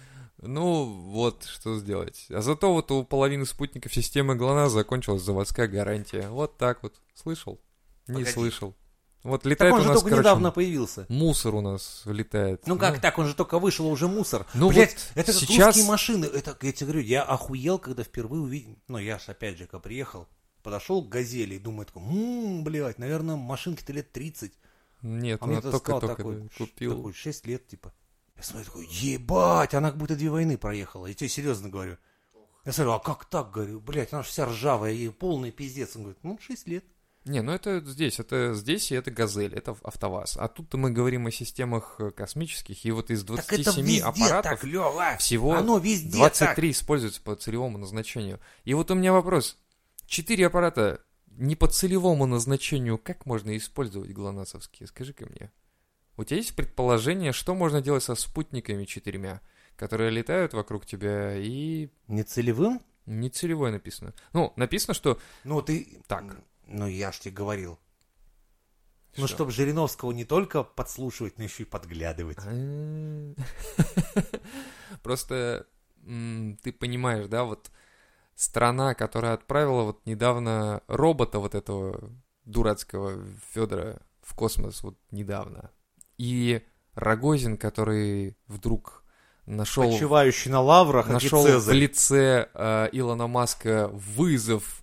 Ну, вот, что сделать. А зато вот у половины спутников системы ГЛОНАСС закончилась заводская гарантия. Вот так вот. Слышал? Не Погоди. слышал. Вот Так летает он у же нас, только короче, недавно появился. мусор у нас летает. Ну как так, он же только вышел, а уже мусор. Ну Блять, вот это как сейчас- русские машины. Это, я тебе говорю, я охуел, когда впервые увидел. Ну, я ж опять же, когда приехал, подошел к «Газели» и думаю, такой, ммм, блядь, наверное, машинке-то лет тридцать. Нет, А она мне это сказал только-только такой, да, ш- купил. такой, шесть лет, типа. Я смотрю, такой, ебать, она как будто две войны проехала. Я тебе серьезно говорю. Я смотрю, а как так, говорю, блядь, она же вся ржавая, ей полный пиздец. Он говорит, ну, шесть лет. Не, ну это здесь, это здесь и это «Газель», это АвтоВАЗ. А тут мы говорим о системах э, космических, и вот из Так двадцати это семи везде аппаратов так, Лёва. всего Оно везде двадцать так. три используются по целевому назначению. И вот у меня вопрос. Четыре аппарата не по целевому назначению, как можно использовать глонасовские? Скажи-ка мне. У тебя есть предположение, что можно делать со спутниками четырьмя, которые летают вокруг тебя и Не целевым? не целевое написано? Ну, написано, что... Ну, ты... Так. Ну, я ж тебе говорил. Ну, Что? чтобы Жириновского не только подслушивать, но еще и подглядывать. Просто м, ты понимаешь, да, вот страна, которая отправила вот недавно робота вот этого дурацкого Федора в космос вот недавно, и Рогозин, который вдруг нашел, Почивающий на лаврах, нашел в Цезарь. лице э, Илона Маска вызов.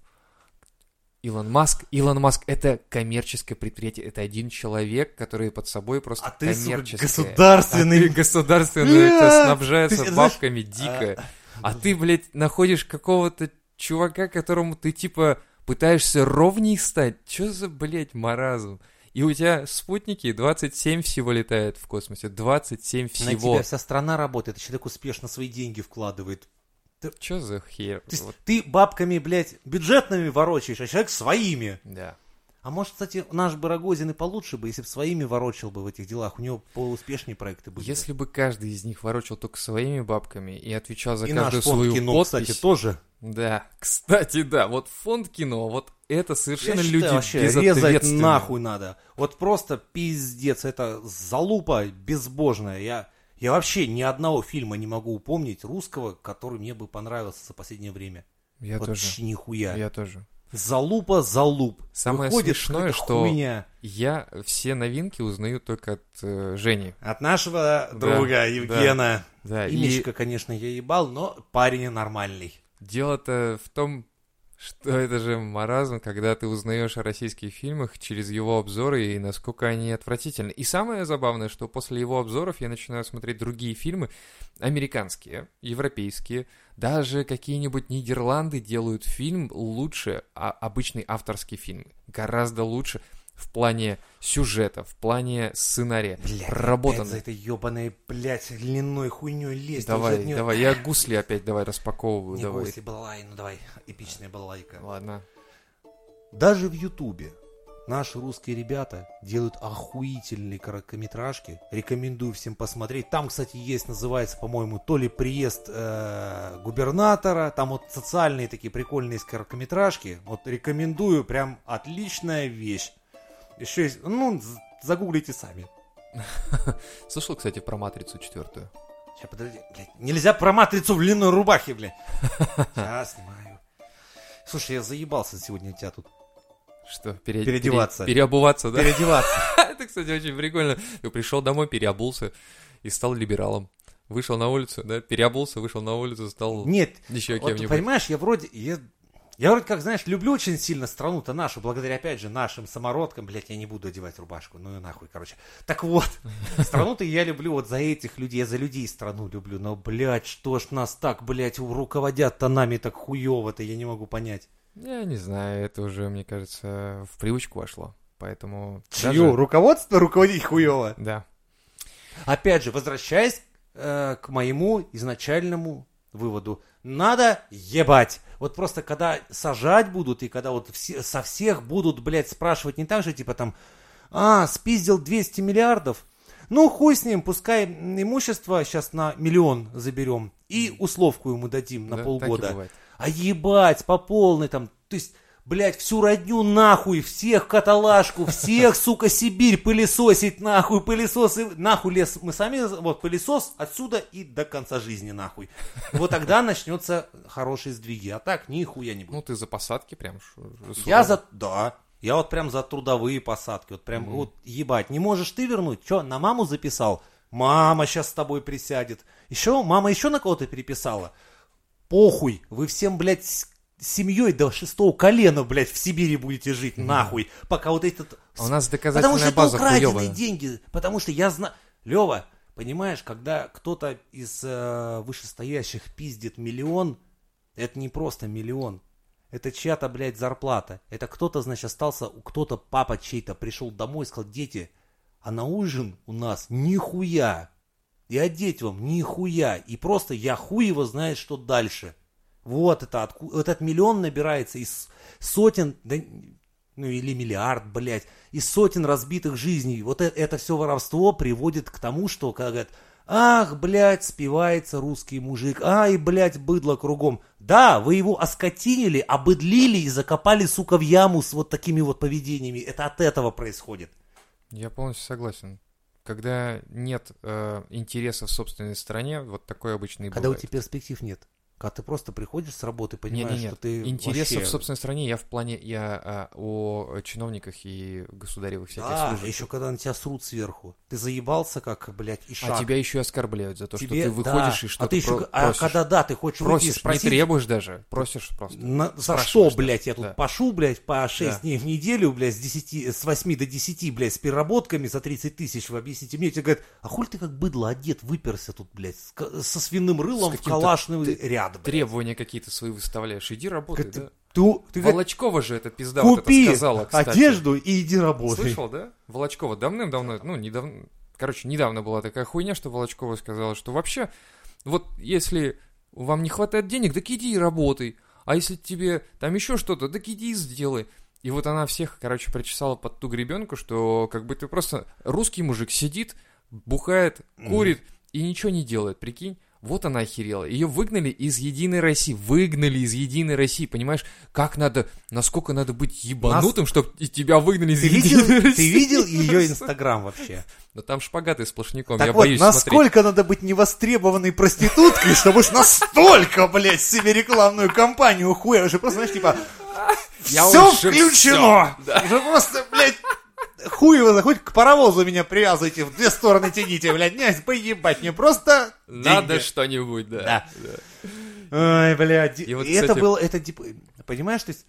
Илон Маск, Илон Маск это коммерческое предприятие, это один человек, который под собой просто А ты, сука, коммерческое. государственный. А ты государственный, Бля, тебя снабжается ты знаешь, бабками дико. А ты, блядь, находишь какого-то чувака, которому ты, типа, пытаешься ровней стать. Чё за, блядь, маразм? И у тебя спутники двадцать семь всего летает в космосе. двадцать семь На всего. тебя вся страна работает, а человек успешно свои деньги вкладывает. Чё за хер? То есть Вот, ты бабками, блядь, бюджетными ворочаешь, а человек своими. да. А может, кстати, наш бы Рогозин и получше бы, если бы своими ворочал бы в этих делах. У него поуспешнее проекты были. Если бы каждый из них ворочал только своими бабками и отвечал за и каждую наш фонд свою кино, подпись... кстати, тоже. Да, кстати, да, вот фонд кино, вот это совершенно Я считаю, люди вообще резать безответственные. нахуй надо. Вот просто пиздец, это залупа безбожная. Я, я вообще ни одного фильма не могу упомнить русского, который мне бы понравился за последнее время. Я вот тоже, ч- нихуя. я тоже. Залупа, залуп. Самое Выходит смешное, какая-то что хуйня. я все новинки узнаю только от э, Жени. От нашего Да, друга Евгена. Да, и Имечко, конечно, я ебал, но парень нормальный. дело-то в том, что это же маразм, когда ты узнаешь о российских фильмах через его обзоры и насколько они отвратительны. И самое забавное, что после его обзоров я начинаю смотреть другие фильмы, американские, европейские, даже какие-нибудь Нидерланды делают фильм лучше, а обычный авторский фильм. Гораздо лучше в плане сюжета, в плане сценария. Блядь, проработанный. опять за этой ебаной, блядь, длинной хуйней лезть. Давай, Уже от неё- давай, я гусли опять давай распаковываю. Не давай. гусли, балалай, ну давай, эпичная балалайка. Ладно. Даже в Ютубе наши русские ребята делают охуительные короткометражки. Рекомендую всем посмотреть. Там, кстати, есть, называется, по-моему, то ли приезд э, губернатора. Там вот социальные такие прикольные короткометражки. Вот рекомендую, прям отличная вещь. Еще есть, ну, з- загуглите сами. Слышал, кстати, про «Матрицу» четвертую? Сейчас, подожди, блядь. Нельзя про матрицу в длинной рубахе, блядь. Сейчас снимаю. Слушай, я заебался сегодня у тебя тут Что, пере... Переодеваться. пере- переобуваться, да? переодеваться. Это, кстати, очень прикольно. Ты пришел домой, переобулся и стал либералом. Вышел на улицу, да, переобулся, вышел на улицу, стал Нет, еще вот, кем-нибудь. понимаешь, я вроде, я, я вроде как, знаешь, люблю очень сильно страну-то нашу, благодаря, опять же, нашим самородкам, блядь, я не буду одевать рубашку, ну и нахуй, короче. Так вот, страну-то я люблю вот за этих людей, я за людей страну люблю, но, блядь, что ж нас так, блядь, руководят-то нами так хуёво-то, я не могу понять. Я не знаю, это уже, мне кажется, в привычку вошло. Поэтому... Чье? даже- Руководство руководить хуёво? Да. Опять же, возвращаясь э, к моему изначальному выводу, надо ебать. Вот просто когда сажать будут, и когда вот все, со всех будут, блядь, спрашивать не так же, типа там, а, спиздил двести миллиардов, ну хуй с ним, пускай имущество сейчас на миллион заберем, и условку ему дадим на Да, полгода. так и бывает. А ебать, по полной там, то есть, блядь, всю родню нахуй, всех каталажку, всех, сука, Сибирь пылесосить нахуй, пылесосы, нахуй лес, мы сами, вот, пылесос отсюда и до конца жизни нахуй. Вот тогда начнется хорошие сдвиги, а так нихуя не будет. Ну, ты за посадки прям... ш- Я сурово. за, да, Я вот прям за трудовые посадки, вот прям, mm-hmm. вот ебать, не можешь ты вернуть? Че, на маму записал? Мама сейчас с тобой присядет. Еще, мама еще на кого-то переписала? Похуй, вы всем, блядь, с семьей до шестого колена, блядь, в Сибири будете жить, mm-hmm. нахуй. Пока вот этот... А у нас доказательная база Потому что база это украденные хуёвая. деньги, потому что я знаю... Лева, понимаешь, когда кто-то из э, вышестоящих пиздит миллион, это не просто миллион. Это чья-то, блядь, зарплата. Это кто-то, значит, остался, у кто-то папа чей-то пришел домой и сказал: дети, а на ужин у нас нихуя. И одеть вам нихуя. И просто я хуй его знает, что дальше. Вот это, отку... этот миллион набирается из сотен, да, ну или миллиард, блядь, из сотен разбитых жизней. Вот это, это все воровство приводит к тому, что, когда говорят: ах, блядь, спивается русский мужик, ай, блядь, быдло кругом. Да, вы его оскотинили, обыдлили и закопали, сука, в яму с вот такими вот поведениями. Это от этого происходит. Я полностью согласен. Когда нет э, интереса в собственной стране, вот такое обычно и Когда бывает. у тебя перспектив нет. Когда ты просто приходишь с работы, понимаешь, Не-не-не. что ты Интересов вообще... в собственной стране я в плане, я а, о чиновниках и государевых всяких Да, служащих. еще когда на тебя срут сверху. Ты заебался, как, блядь, ишак. А тебя еще и оскорбляют за то, Тебе, что ты выходишь да. и что-то а ты еще, про- а просишь. когда, да, ты хочешь выйти и Просишь, спросить... не требуешь даже, просишь просто. На, за что, Спрашиваешь блядь, даже. я тут Да. пошу, блядь, по шесть Да. дней в неделю, блядь, с, десяти, с восьми до десяти, блядь, с переработками за тридцать тысяч, вы объясните мне. Тебе говорят: а хуй ты как быдло одет, выперся тут, блядь, с, ка- со свиным рылом С в каким-то калашный ряд, блядь. Требования какие-то свои выставляешь. Иди работай, Ты, да? ты, ты, говоришь, Волочкова же эта пизда вот это купи сказала, кстати. одежду и иди работай. Слышал, да? Волочкова давным-давно, ну, недавно, короче, недавно была такая хуйня, что Волочкова сказала, что вообще, вот если вам не хватает денег, так иди и работай. А если тебе там еще что-то, так иди и сделай. И вот она всех, короче, причесала под ту гребенку, что как бы ты просто... Русский мужик сидит, бухает, курит mm. и ничего не делает, прикинь. Вот она охерела. Ее выгнали из Единой России. Выгнали из Единой России. Понимаешь, как надо, насколько надо быть ебанутым, Нас... чтобы тебя выгнали из ты Единой видел, России. Ты видел ее инстаграм вообще? Да там шпагаты сплошняком, так я вот, боюсь насколько смотреть. надо быть невостребованной проституткой, чтобы уж настолько, блядь, себе рекламную кампанию хуя. Уже просто, знаешь, типа, Я все уже включено. всё, да. Уже просто, блядь, хуй его, хоть к паровозу меня привязывайте, в две стороны тяните, блядь, не, поебать, мне просто Надо деньги. что-нибудь, да. Да. да. Ой, блядь, и, И вот, и это кстати- было, это, типа, понимаешь, то есть,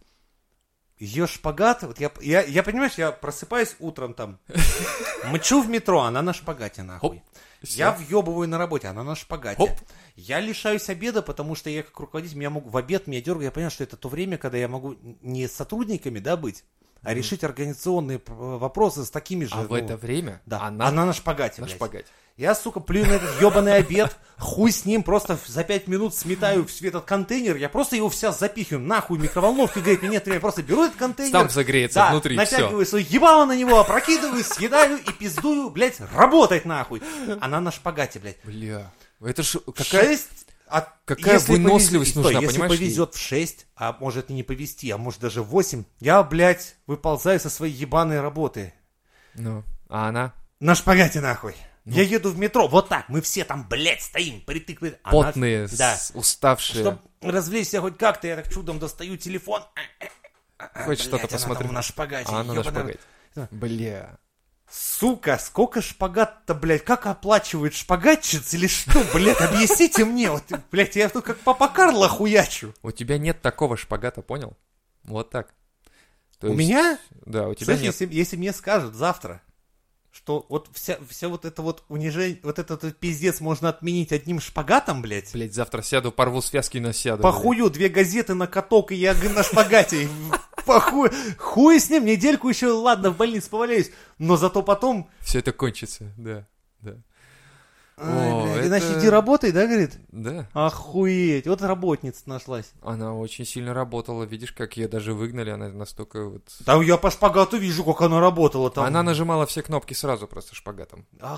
ее шпагат, вот я, я, я, понимаешь, я просыпаюсь утром там, мчу в метро, она на шпагате, нахуй. Хоп. Я Всё. въебываю на работе, она на шпагате. Хоп. Я лишаюсь обеда, потому что я как руководитель, меня могу, в обед меня дергают, я понимаю, что это то время, когда я могу не с сотрудниками, да, быть, а mm-hmm. решить организационные п- вопросы с такими же. А в ну, это время да, она, она на шпагате, на блядь. шпагате. Я, сука, плюю на этот ебаный обед, хуй с ним, просто за пять минут сметаю в этот контейнер, я просто его вся запихиваю, нахуй, микроволновки, говорит, мне нет времени, просто беру этот контейнер. Там загреется да, внутри, натягиваю свое ебало на него, опрокидываю, съедаю и пиздую, блядь, работать нахуй. Она на шпагате, блядь. Бля, это ж какая... Шесть, а какая если выносливость повезет- нужна, стой, понимаешь, Если повезет в шесть, а может и не повезти, а может даже в восемь, я, блядь, выползаю со своей ебаной работы. Ну, а она... На шпагате нахуй. Ну. Я еду в метро, вот так, мы все там, блядь, стоим, притык, притык. Она- Потные, да. с- уставшие. Чтобы развлечься хоть как-то, я так чудом достаю телефон. Хоть Блядь, что-то она посмотреть. там на шпагате. А она на ёбаная- шпагате. Бля. Сука, сколько шпагат-то, блядь, как оплачивают шпагатчиц или что, блядь, объясните мне, вот, блядь, я тут как Папа Карло хуячу. У тебя нет такого шпагата, понял? Вот так. То У есть- меня? Да, у тебя Слушай, нет. если, если мне скажут завтра, что вот вся, вся вот это вот унижение, вот этот вот пиздец можно отменить одним шпагатом, блядь, Блять, завтра сяду, порву связки и насяду. по блядь. хую две газеты на каток, и я на шпагате, по хую, хуй с ним, недельку еще, ладно, в больнице поваляюсь, но зато потом... Все это кончится, да, да. Ай, О, блядь, это- иначе иди работай, да, говорит? Да, Охуеть, вот работница нашлась. она очень сильно работала, видишь, как ее даже выгнали, она настолько вот... Там я по шпагату вижу, как она работала там. Она нажимала все кнопки сразу просто шпагатом. А,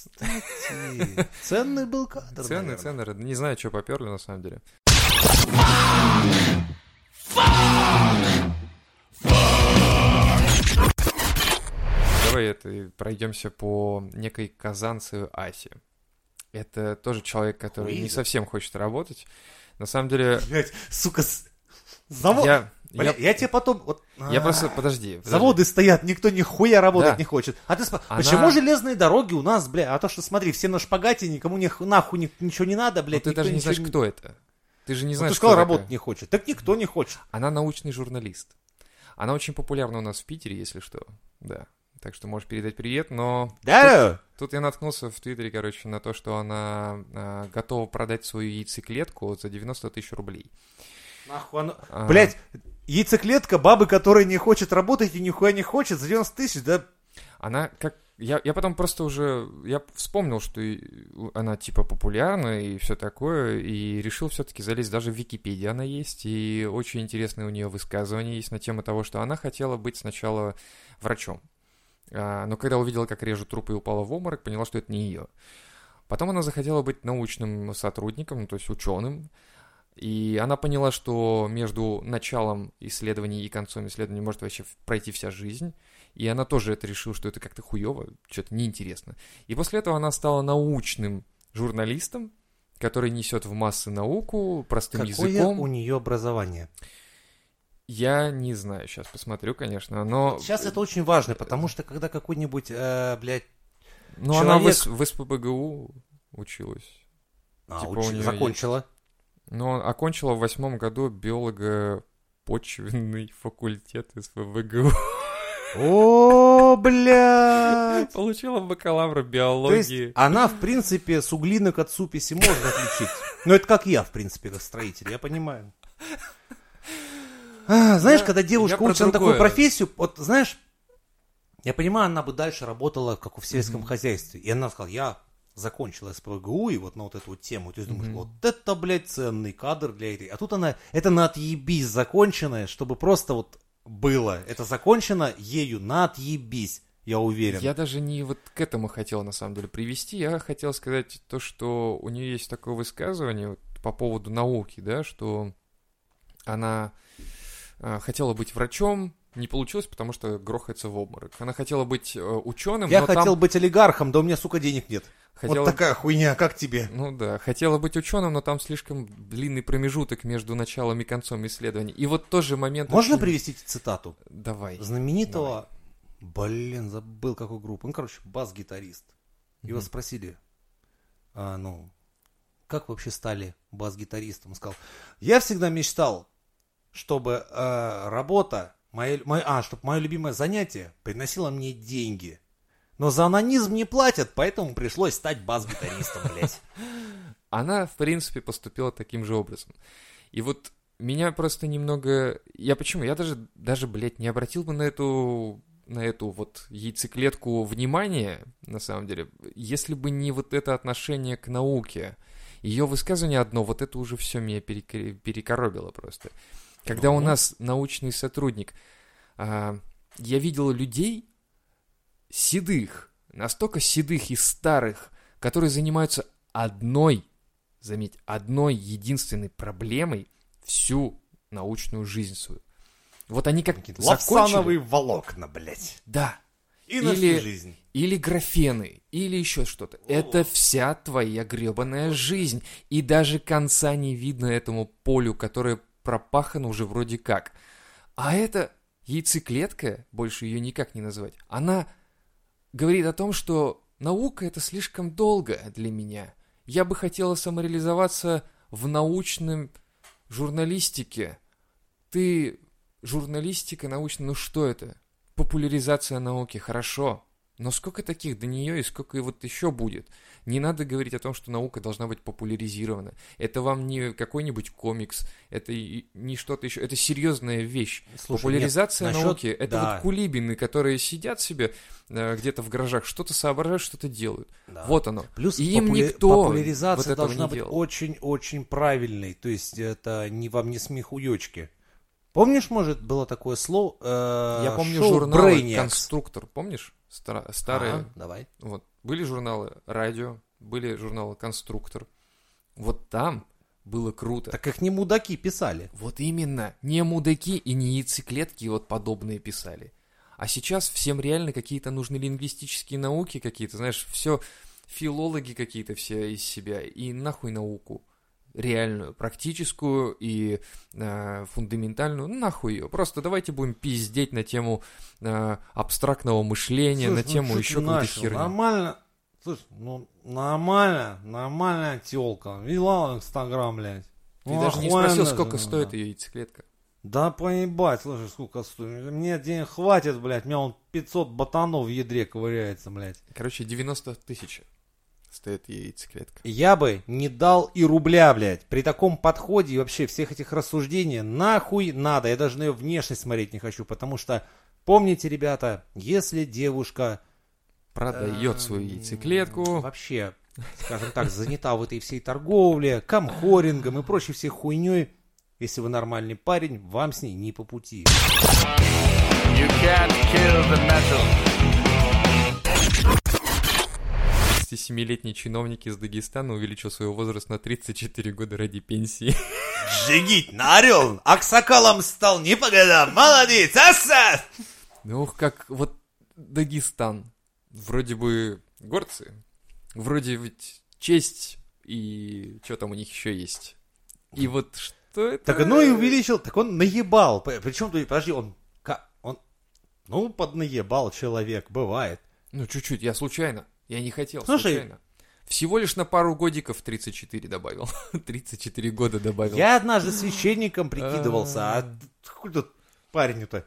кстати, ценный был кадр, Цены, наверное. цены, не знаю, что поперли на самом деле. Давай это пройдемся по некой казанцевой Асе. Это тоже человек, который не Уизер. совсем хочет работать. На самом деле, Блядь, сука, с- Завод... Я, Бля, я, я тебе потом... Вот, я а, просто, подожди. подожди. Заводы стоят, никто нихуя работать Да. не хочет. А ты спа- Она- почему железные дороги у нас, бля? А то, что смотри, все на шпагате, никому не, нахуй ни- ничего не надо, Но блядь. ты никто даже не ничего знаешь, кто это. Ты же не Ну, знаешь, ты сказал, кто работать такая. не хочет. Так никто не хочет. Она научный журналист. Она очень популярна у нас в Питере, если что. Да. Так что можешь передать привет, но... Да? Тут я наткнулся в Твиттере, короче, на то, что она а, готова продать свою яйцеклетку за девяносто тысяч рублей. Нахуй оно... А. Блядь, яйцеклетка бабы, которая не хочет работать и нихуя не хочет, за девяносто тысяч, да? Она как... Я, я потом просто уже... Я вспомнил, что и- она типа популярна и все такое, и решил все-таки залезть. Даже в Википедии она есть, и очень интересные у нее высказывания есть на тему того, что она хотела быть сначала врачом. А, но когда увидела, как режут трупы и упала в обморок, поняла, что это не ее. Потом она захотела быть научным сотрудником, ну, то есть ученым. И она поняла, что между началом исследований и концом исследований может вообще пройти вся жизнь. И она тоже это решила, что это как-то хуево, что-то неинтересно. И после этого она стала научным журналистом, который несет в массы науку простым Какое языком. у нее образование? Я не знаю, сейчас посмотрю, конечно, но... Сейчас это очень важно, потому что когда какой-нибудь, э, блядь, Ну, она в, человек- С- в СПбГУ училась. а, Типа уч- у неё закончила. Но окончила в восьмом году биолого-почвенный факультет СПбГУ. О, блядь! Получила бакалавра То биологии. есть она, в принципе, с углинок от суписи можно отличить. Ну, это как я, в принципе, как строитель, я понимаю. А, знаешь, Я- когда девушка я про учится на такую другое. профессию, вот, знаешь, я понимаю, она бы дальше работала, как в сельском хозяйстве. И она сказала, я закончила СПбГУ, и вот на вот эту вот тему. Ты думаешь, вот это, блядь, ценный кадр для этой. А тут она, это на отъебись законченное, чтобы просто вот было. Это закончено ею на отъебись, я уверен. Я даже не вот к этому хотел, на самом деле, привести. Я хотел сказать то, что у нее есть такое высказывание вот, по поводу науки, да, что она э, хотела быть врачом, не получилось, потому что грохается в обморок. Она хотела быть э, ученым, Я но хотел там... быть олигархом, да у меня, сука, денег нет. хотела- Вот такая хуйня, как тебе? Ну да, хотела быть ученым, но там слишком длинный промежуток между началом и концом исследований. И вот тоже момент... Можно очень- привести цитату? Давай. Знаменитого, блин, забыл какую группу, ну, короче, бас-гитарист. Его Мгм. спросили, а, ну, как вы вообще стали бас-гитаристом? Он сказал, я всегда мечтал, чтобы э, работа, моя, моя- а, чтобы мое любимое занятие приносило мне деньги. Но за анонизм не платят, поэтому пришлось стать бас-гитаристом, блядь. Она, в принципе, поступила таким же образом. И вот меня просто немного... Я почему? Я даже, даже, блядь, не обратил бы на эту, на эту вот яйцеклетку внимания, на самом деле, если бы не вот это отношение к науке. Ее высказывание одно, вот это уже все меня перек- перекоробило просто. Когда у нас научный сотрудник... а, я видел людей седых, настолько седых и старых, которые занимаются одной, заметь, одной единственной проблемой всю научную жизнь свою. Вот они как закончили... Лапсановые волокна, блядь. Да. И на Или- всю жизнь. Или графены, или еще что-то. Это вся твоя гребаная жизнь. И даже конца не видно этому полю, которое пропахано уже вроде как. А это яйцеклетка, больше ее никак не назвать, она говорит о том, что наука это слишком долго для меня. Я бы хотела самореализоваться в научном журналистике. Ты журналистика научная, ну что это? Популяризация науки, хорошо. Но сколько таких до нее и сколько и вот еще будет? Не надо говорить о том, что наука должна быть популяризирована. Это вам не какой-нибудь комикс, это и не что-то еще. Это серьезная вещь. Слушай, Популяризация нет, насчет- науки это да. вот кулибины, которые сидят себе э, где-то в гаражах, что-то соображают, что-то делают. Да. Вот оно. Плюс И им популя- никто популяризация вот этого должна не быть делал. очень-очень правильной. То есть это не вам не смехуёчки. Помнишь, может, было такое слово? э, Я помню шоу журналы Brainiacs? «Конструктор», помнишь? Стара- старые. Ага, давай. Вот. Были журналы «Радио», были журналы «Конструктор». Вот там было круто. Так их не мудаки писали. Вот именно. Не мудаки и не яйцеклетки вот подобные писали. А сейчас всем реально какие-то нужны лингвистические науки какие-то, знаешь, все филологи какие-то все из себя. И нахуй науку. реальную, практическую и э, фундаментальную, ну, нахуй ее. Просто давайте будем пиздеть на тему э, абстрактного мышления, Слушай, на ну тему что еще ты какой-то начал? херни. Нормально. Слушай, ну нормально, нормальная тёлка. Вела в Инстаграм, блядь. Ты Ну, даже не охуенно спросил, же, сколько да. стоит ее яйцеклетка. Да поебать, слушай, сколько стоит. Мне денег хватит, блядь. У меня вон пятьсот ботанов в ядре ковыряется, блядь. Короче, девяносто тысяч стоит ей яйцеклетка. Я бы не дал и рубля, блядь. При таком подходе и вообще всех этих рассуждений нахуй надо. Я даже на ее внешность смотреть не хочу, потому что, помните, ребята, если девушка Продает эм, свою яйцеклетку. вообще, скажем так, занята в этой всей торговле, камхорингом и прочей всей хуйней, если вы нормальный парень, вам с ней не по пути. You can't kill the metal. двадцатисемилетний чиновник из Дагестана увеличил свой возраст на тридцать четыре года ради пенсии. Джигит на орел, аксакалом стал не по годам, молодец, аса! Ну, как вот Дагестан. Вроде бы горцы. Вроде ведь честь и что там у них еще есть. И вот что это? Так ну и увеличил, так он наебал. Причем, подожди, он, он, ну, поднаебал человек, бывает. Ну, чуть-чуть, я случайно. Я не хотел, Слушай, случайно. Всего лишь на пару годиков тридцать четыре добавил. тридцать четыре года добавил. Я однажды священником прикидывался, а хуй тут парень-то?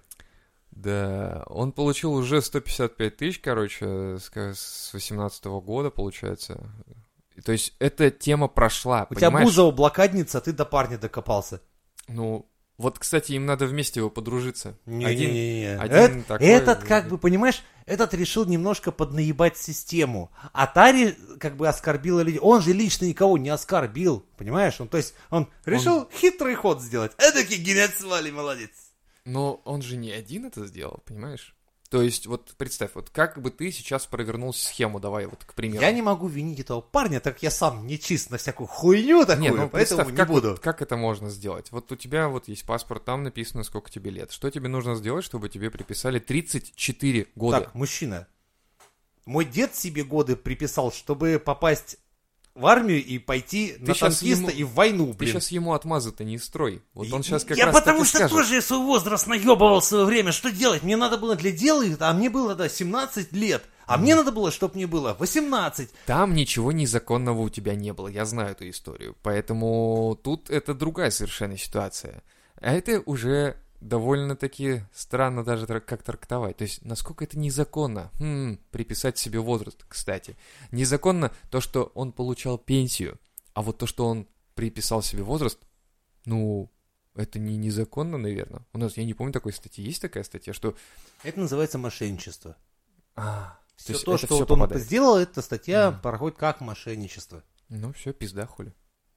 Да, он получил уже сто пятьдесят пять тысяч, короче, с с восемнадцатого года, получается. То есть, эта тема прошла, У тебя понимаешь? Бузова блокадница, а ты до парня докопался. Ну, вот, кстати, им надо вместе его подружиться. Не-не-не. один Эт- такой- Этот, как бы, понимаешь, этот решил немножко поднаебать систему. А Тари, как бы, оскорбила людей. Он же лично никого не оскорбил, понимаешь? Он, то есть, он решил хитрый ход сделать. Эдакий генецвали, молодец. Но он же не один это сделал, понимаешь? То есть, вот представь, вот как бы ты сейчас провернул схему, давай вот, к примеру. Я не могу винить этого парня, так я сам не чист на всякую хуйню такую, Не, ну поэтому представь, не как, буду. вот- как это можно сделать? Вот у тебя вот есть паспорт, там написано, сколько тебе лет. Что тебе нужно сделать, чтобы тебе приписали тридцать четыре года? Так, мужчина, мой дед себе годы приписал, чтобы попасть в армию и пойти на щас танкиста ему- и в войну, Ты блин. сейчас ему отмазы-то не строй. Вот он сейчас как Я раз потому так и что скажет. тоже свой возраст наебывал в свое время. Что делать? Мне надо было для дела, а мне было, да, семнадцать лет. А мне надо было, чтобы мне было восемнадцать. Там ничего незаконного у тебя не было, я знаю эту историю. Поэтому тут это другая совершенно ситуация. А это уже довольно-таки странно даже трак- как трактовать. То есть, насколько это незаконно? Хм, приписать себе возраст, кстати. Незаконно то, что он получал пенсию. А вот то, что он приписал себе возраст, ну, это не незаконно, наверное. У нас, я не помню такой статьи. Есть такая статья, что... Это называется мошенничество. А, Все есть то, это что всё вот он попадает. сделал, эта статья Мгм. проходит как мошенничество. Ну, все, пизда, хули.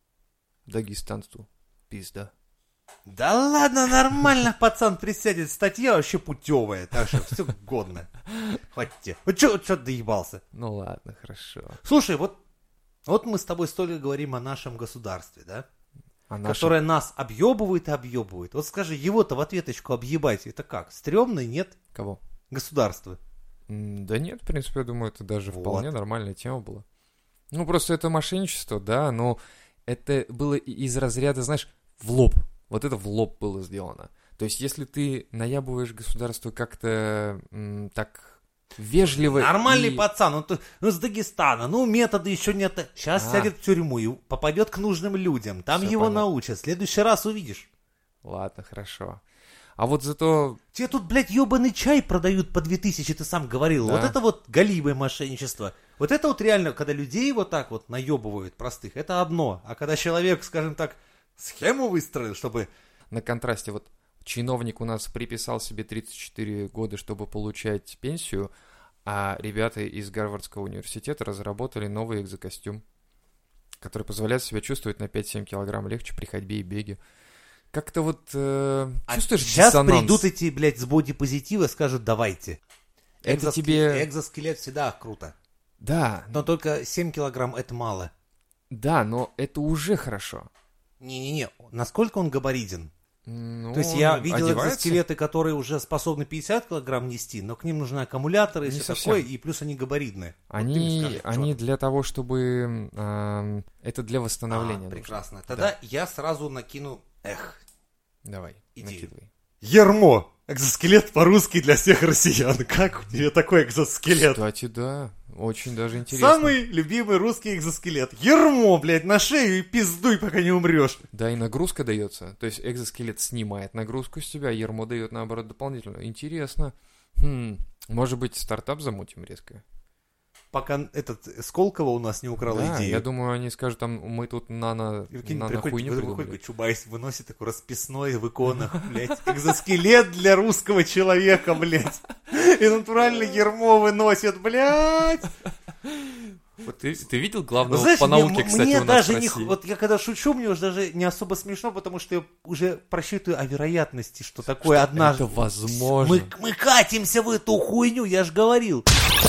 Дагестанцу. Пизда. Да ладно, нормально, пацан, присядет. Статья вообще путевая, так что все годно. Хватит. Вот что ты доебался? Ну ладно, хорошо. Слушай, вот, вот мы с тобой столько говорим о нашем государстве, да? А наши- Которое нас объебывает и объебывает. Вот скажи, его-то в ответочку объебать, это как? Стрёмно, нет? Кого? Государство. М, Да нет, в принципе, я думаю, это даже Вот. вполне нормальная тема была. Ну, просто это мошенничество, да, но это было и- из разряда, знаешь, в лоб. Вот это в лоб было сделано. То есть, если ты наябываешь государство как-то м, так вежливо... Нормальный и- пацан, он тут, ну, с Дагестана, ну, методы еще нет. Сейчас А. сядет в тюрьму и попадет к нужным людям. Там Всё его понятно. научат. В следующий раз увидишь. Ладно, хорошо. А вот зато... Тебе тут, блядь, ебаный чай продают по две тысячи, ты сам говорил. Да. Вот это вот галимое мошенничество. Вот это вот реально, когда людей вот так вот наебывают простых, это одно. А когда человек, скажем так, схему выстроил, чтобы... На контрасте, вот чиновник у нас приписал себе тридцать четыре года, чтобы получать пенсию, а ребята из Гарвардского университета разработали новый экзокостюм, который позволяет себя чувствовать на пять-семь килограмм легче при ходьбе и беге. Как-то вот э, А чувствуешь сейчас диссонанс? придут эти, блядь, с бодипозитива и скажут, давайте. Это Экзоскелет- тебе- Экзоскелет всегда круто. Да, Но только семь килограмм это мало. да, но это уже хорошо. Не-не-не, насколько он габаритен? Ну, То есть я видел одевается. экзоскелеты, которые уже способны пятьдесят килограмм нести, но к ним нужны аккумуляторы и Не все совсем. такое, и плюс они габаритные. Вот ты мне Они, скажи, что они там? для того, чтобы... эм, это для восстановления. А, нужно. прекрасно. Тогда я сразу накину, эх, Давай, Иди. накидывай. Ермо. Экзоскелет по-русски для всех россиян. Как у тебя такой экзоскелет? Кстати, да, очень даже интересно. Самый любимый русский экзоскелет. Ермо, блядь, на шею и пиздуй, пока не умрешь. Да, и нагрузка дается. То есть экзоскелет снимает нагрузку с тебя, ермо дает, наоборот, дополнительно. Интересно. Хм, может быть, стартап замутим резко? Пока этот Сколково у нас не украл Да, идею. я думаю, они скажут, там, мы тут нано, Прикинь, нано приходит, хуйню вот придумали. такой Чубайс выносит такой расписной в иконах, блядь, экзоскелет для русского человека, блядь. И натурально ермо выносит, блядь. Вот ты, ты видел главного Знаешь, по науке, мне, кстати, мне у нас даже в не... России? Вот я когда шучу, мне уже даже не особо смешно, потому что я уже просчитываю о вероятности, что такое однажды... Это возможно. Мы, мы катимся в эту хуйню, я же говорил.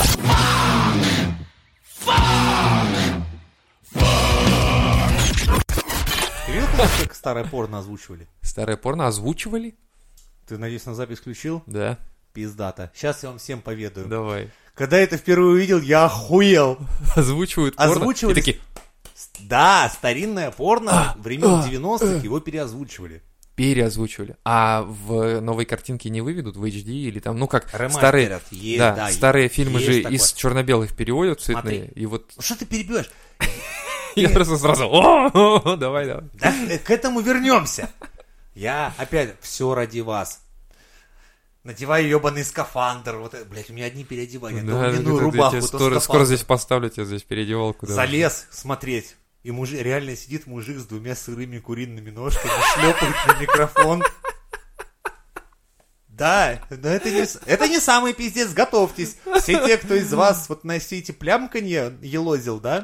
Ты видел, как старое порно озвучивали? Старое порно озвучивали? Ты, надеюсь, на запись включил? Да. Пиздата. Сейчас я вам всем поведаю. Давай. Когда я это впервые увидел, я охуел. Озвучивают порно. Озвучивали. И такие, Да, старинное порно времен а, девяностых его переозвучивали. переозвучивали. А в новой картинке не выведут в эйч ди или там, ну как, Ремастерят. старые, Есть, да, да, старые фильмы есть же такое. из черно-белых переводят цветные, Смотри. и вот Что ты перебиваешь? я просто сразу, о, давай, давай. Да, э, к этому вернемся. Я опять все ради вас. Надеваю ебаный скафандр. Вот, это, блядь, у меня одни переодевания. Да, то да, льняную да, да, рубаху, я то тебе скоро, скоро скафандр. здесь поставлю тебе здесь переодевалку. да. Залез смотреть. И мужик, реально сидит мужик с двумя сырыми куриными ножками, шлепает на микрофон. Да, но это не, с- это не самый пиздец, готовьтесь. Все те, кто из вас вот на все эти плямканье елозил, да?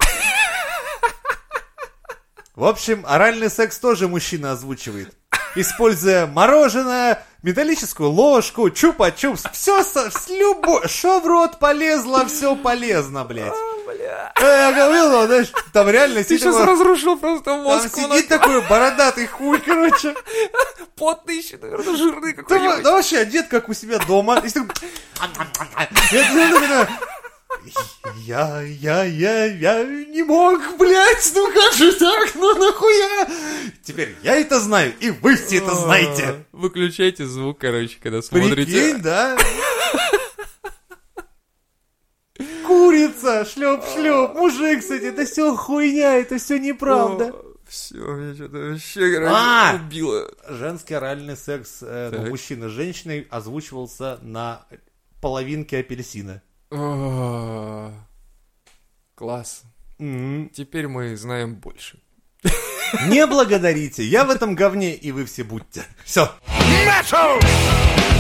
В общем, оральный секс тоже мужчина озвучивает. Используя мороженое, металлическую ложку, чупа-чупс, все с любой... Что в рот полезло, все полезно, блядь. Э, Я говорил, ну, знаешь, там реально Ты сидит... сейчас разрушил просто Там мозг. сидит такой бородатый хуй, короче. Потный еще, наверное, жирный Да, какой-нибудь. да вообще одет, как у себя дома. И такой... Я, я, я, я, я, я, я не мог, блядь, ну как же так, ну нахуя? Теперь я это знаю, и вы все это знаете. Выключайте звук, короче, когда смотрите. Прикинь, да? Курица, шлеп-шлеп, мужик, кстати, это все хуйня, это все неправда. Все, меня что-то вообще, короче, А! убило. Женский оральный секс, э, ну, Так. мужчина с женщиной озвучивался на половинке апельсина. О, класс. М. Теперь мы знаем больше. Не благодарите, я в этом говне, и вы все будьте. Все. Metal!